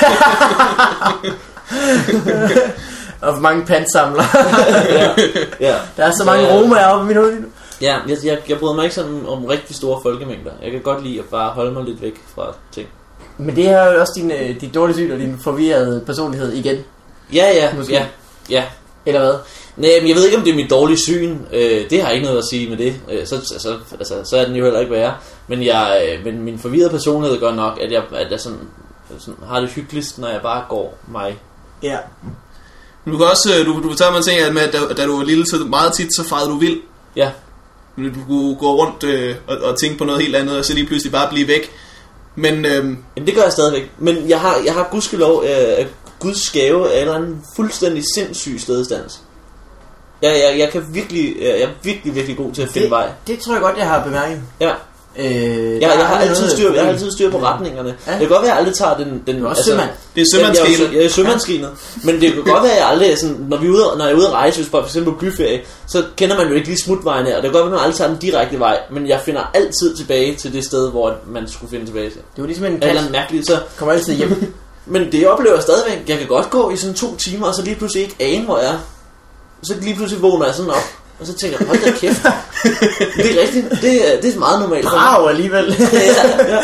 Og for mange pantsamlere. ja. Der er så mange romaer oppe i mit hoved. Ja, jeg bryder mig ikke sådan om rigtig store folkemængder. Jeg kan godt lide at bare holde mig lidt væk fra ting. Men det er jo også din dårlige syn og din forvirrede personlighed igen. Ja. Eller hvad? Nej, men jeg ved ikke om det er mit dårlige syn. Det har ikke noget at sige med det. Så er den jo heller ikke værre. Men min forvirrede personlighed gør nok, at jeg sådan har det hyggeligst, når jeg bare går mig. Ja. Du kan også du fortalte mig en ting, at da du var lille, så meget tit så farede du vild. Ja. Du kunne gå rundt og tænke på noget helt andet, og så lige pludselig bare blive væk. Men jamen, det gør jeg stadigvæk. Men jeg har gudskelov Guds gave af en eller anden fuldstændig sindssyg stedstans. Jeg er virkelig god til at finde vej. Det tror jeg godt, jeg har bemærket. Ja. Jeg har altid styr på retningerne. Ja. Det kan godt være, at jeg aldrig tager den du er også sømand. Det er sømandskinet. Jeg er sømandskinet. Men det kan godt være, at jeg aldrig sådan, når jeg er ude at rejse, hvis for eksempel på byferie, så kender man jo ikke lige smutvejene, og det kan godt være, at man aldrig tager den direkte vej, men jeg finder altid tilbage til det sted, hvor man skulle finde tilbage til. Det er jo ligesom en kat. Mærkeligt, så kommer altid hjem. Men det oplever jeg stadigvæk. Jeg kan godt gå i sådan 2 timer, og så lige pludselig ikke ane, hvor jeg er. Så lige pludselig vågner jeg sådan op, og så tænker jeg, hold da kæft. Det er rigtigt. Det er meget normalt. Brav alligevel. Ja.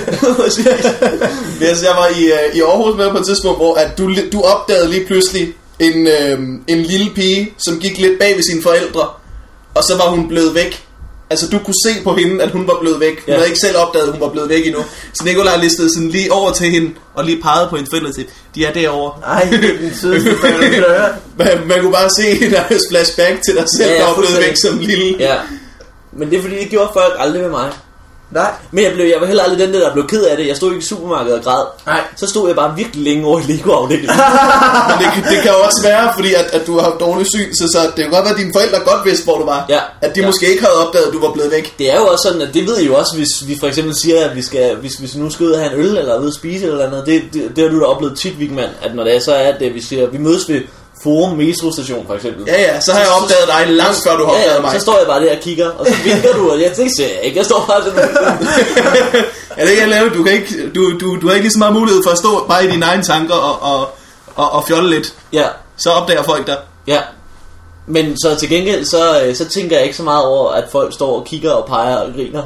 Jeg var i Aarhus med på et tidspunkt, hvor at du opdagede lige pludselig en lille pige, som gik lidt bag ved sine forældre, og så var hun blevet væk. Altså du kunne se på hende, at hun var blevet væk. Hun havde ikke selv opdaget, at hun var blevet væk endnu. Så Nikolaj listede sådan lige over til hende, og lige pegede på hendes forældre til, de er derovre. Ej, den sødeste forældre. Man kunne bare se deres flashback til dig selv, der var blevet væk som lille. Ja, men det er fordi, det gjorde folk aldrig med mig. Nej. Men jeg var heller aldrig den der blev ked af det. Jeg stod ikke i supermarkedet og græd. Nej. Så stod jeg bare virkelig længe over i Lego-afdelingen. Men det kan jo også være, fordi at du har dårlig syn, så det kan godt være, at dine forældre godt vidste, hvor du var. Ja. At de måske ikke havde opdaget, at du var blevet væk. Det er jo også sådan, at det ved I jo også, hvis vi for eksempel siger, at hvis vi nu skal ud og have en øl, eller ud og spise eller andet. Det har du da oplevet tit, Vigman, at når det er så er, at vi siger, vi mødes ved Forum metrostation for eksempel. Ja, så har jeg opdaget dig langt før du har opdaget mig. Så står jeg bare der og kigger, og så vinker du, og jeg tænker, jeg ikke. Jeg står bare sådan. Ja, det kan jeg lave. Du har ikke lige så meget mulighed for at stå bare i dine egne tanker og fjolle lidt. Ja. Så opdager folk dig. Ja. Men så til gengæld, så tænker jeg ikke så meget over, at folk står og kigger og peger og griner.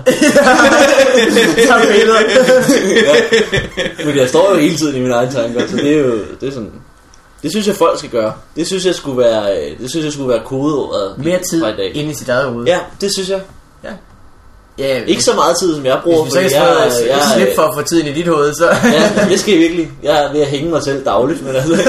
Men jeg står jo hele tiden i mine egne tanker, så det er sådan. Det synes jeg folk skal gøre. Det synes jeg skulle være kodeordet. Mere tid ind i sit eget hoved. Ja, det synes jeg. Ja. Ikke så meget tid som jeg bruger. Hvis vi så kan slippe for at få tiden i dit hoved, så. Ja, det skal jeg virkelig. Jeg er ved at hænge mig selv dagligt, men altså.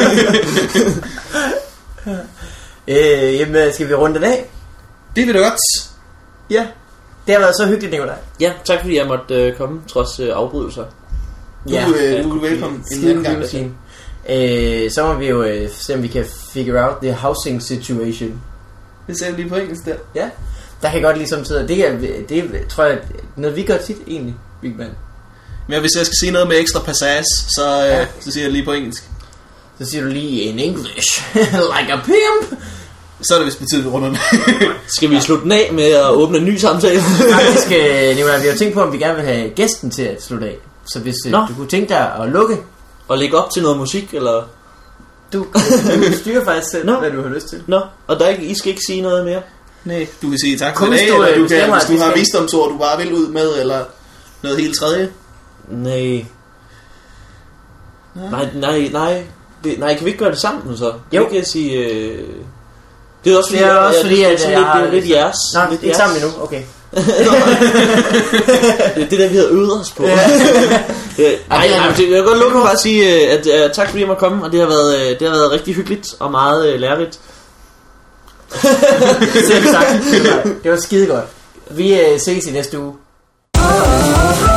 Jamen, skal vi runde den af? Det vil det godt. Ja. Det har været så hyggeligt, Nikolaj. Ja, tak fordi jeg måtte komme trods afbrydelser. Du er velkommen en anden gang. Så må vi jo se om vi kan figure out the housing situation. Det ser vi lige på engelsk der. Ja. Der kan godt ligesom sidde. Det tror jeg noget vi gør tit egentlig, Big Man. Men hvis jeg skal sige noget med ekstra passage, så siger jeg lige på engelsk. Så siger du lige in English like a pimp. Så er det vist på tide, vi runder den. Skal vi slutte den af med at åbne en ny samtale? Faktisk, Nicolai, vi har tænkt på, om vi gerne vil have gæsten til at slutte af. Så hvis du kunne tænke dig at lukke og lægge op til noget musik, eller? Du styrer faktisk selv, hvad du har lyst til. Nå, og I skal ikke sige noget mere? Nej, du kan sige tak for det, eller du kan, hvis du har visdomsord, du bare vil ud med, eller noget helt tredje. Nej, kan vi ikke gøre det sammen så? Jo. Kan jeg sige... Det er også fordi, det er lidt jeres. Nej, lidt ikke sammen endnu, okay. Det er det, vi havde øvet os på. Jeg kan godt lukke mig bare at sige, at tak fordi jeg måtte komme, og det har været rigtig hyggeligt og meget lærerigt. Selv tak. Det var skide godt. Vi ses i næste uge.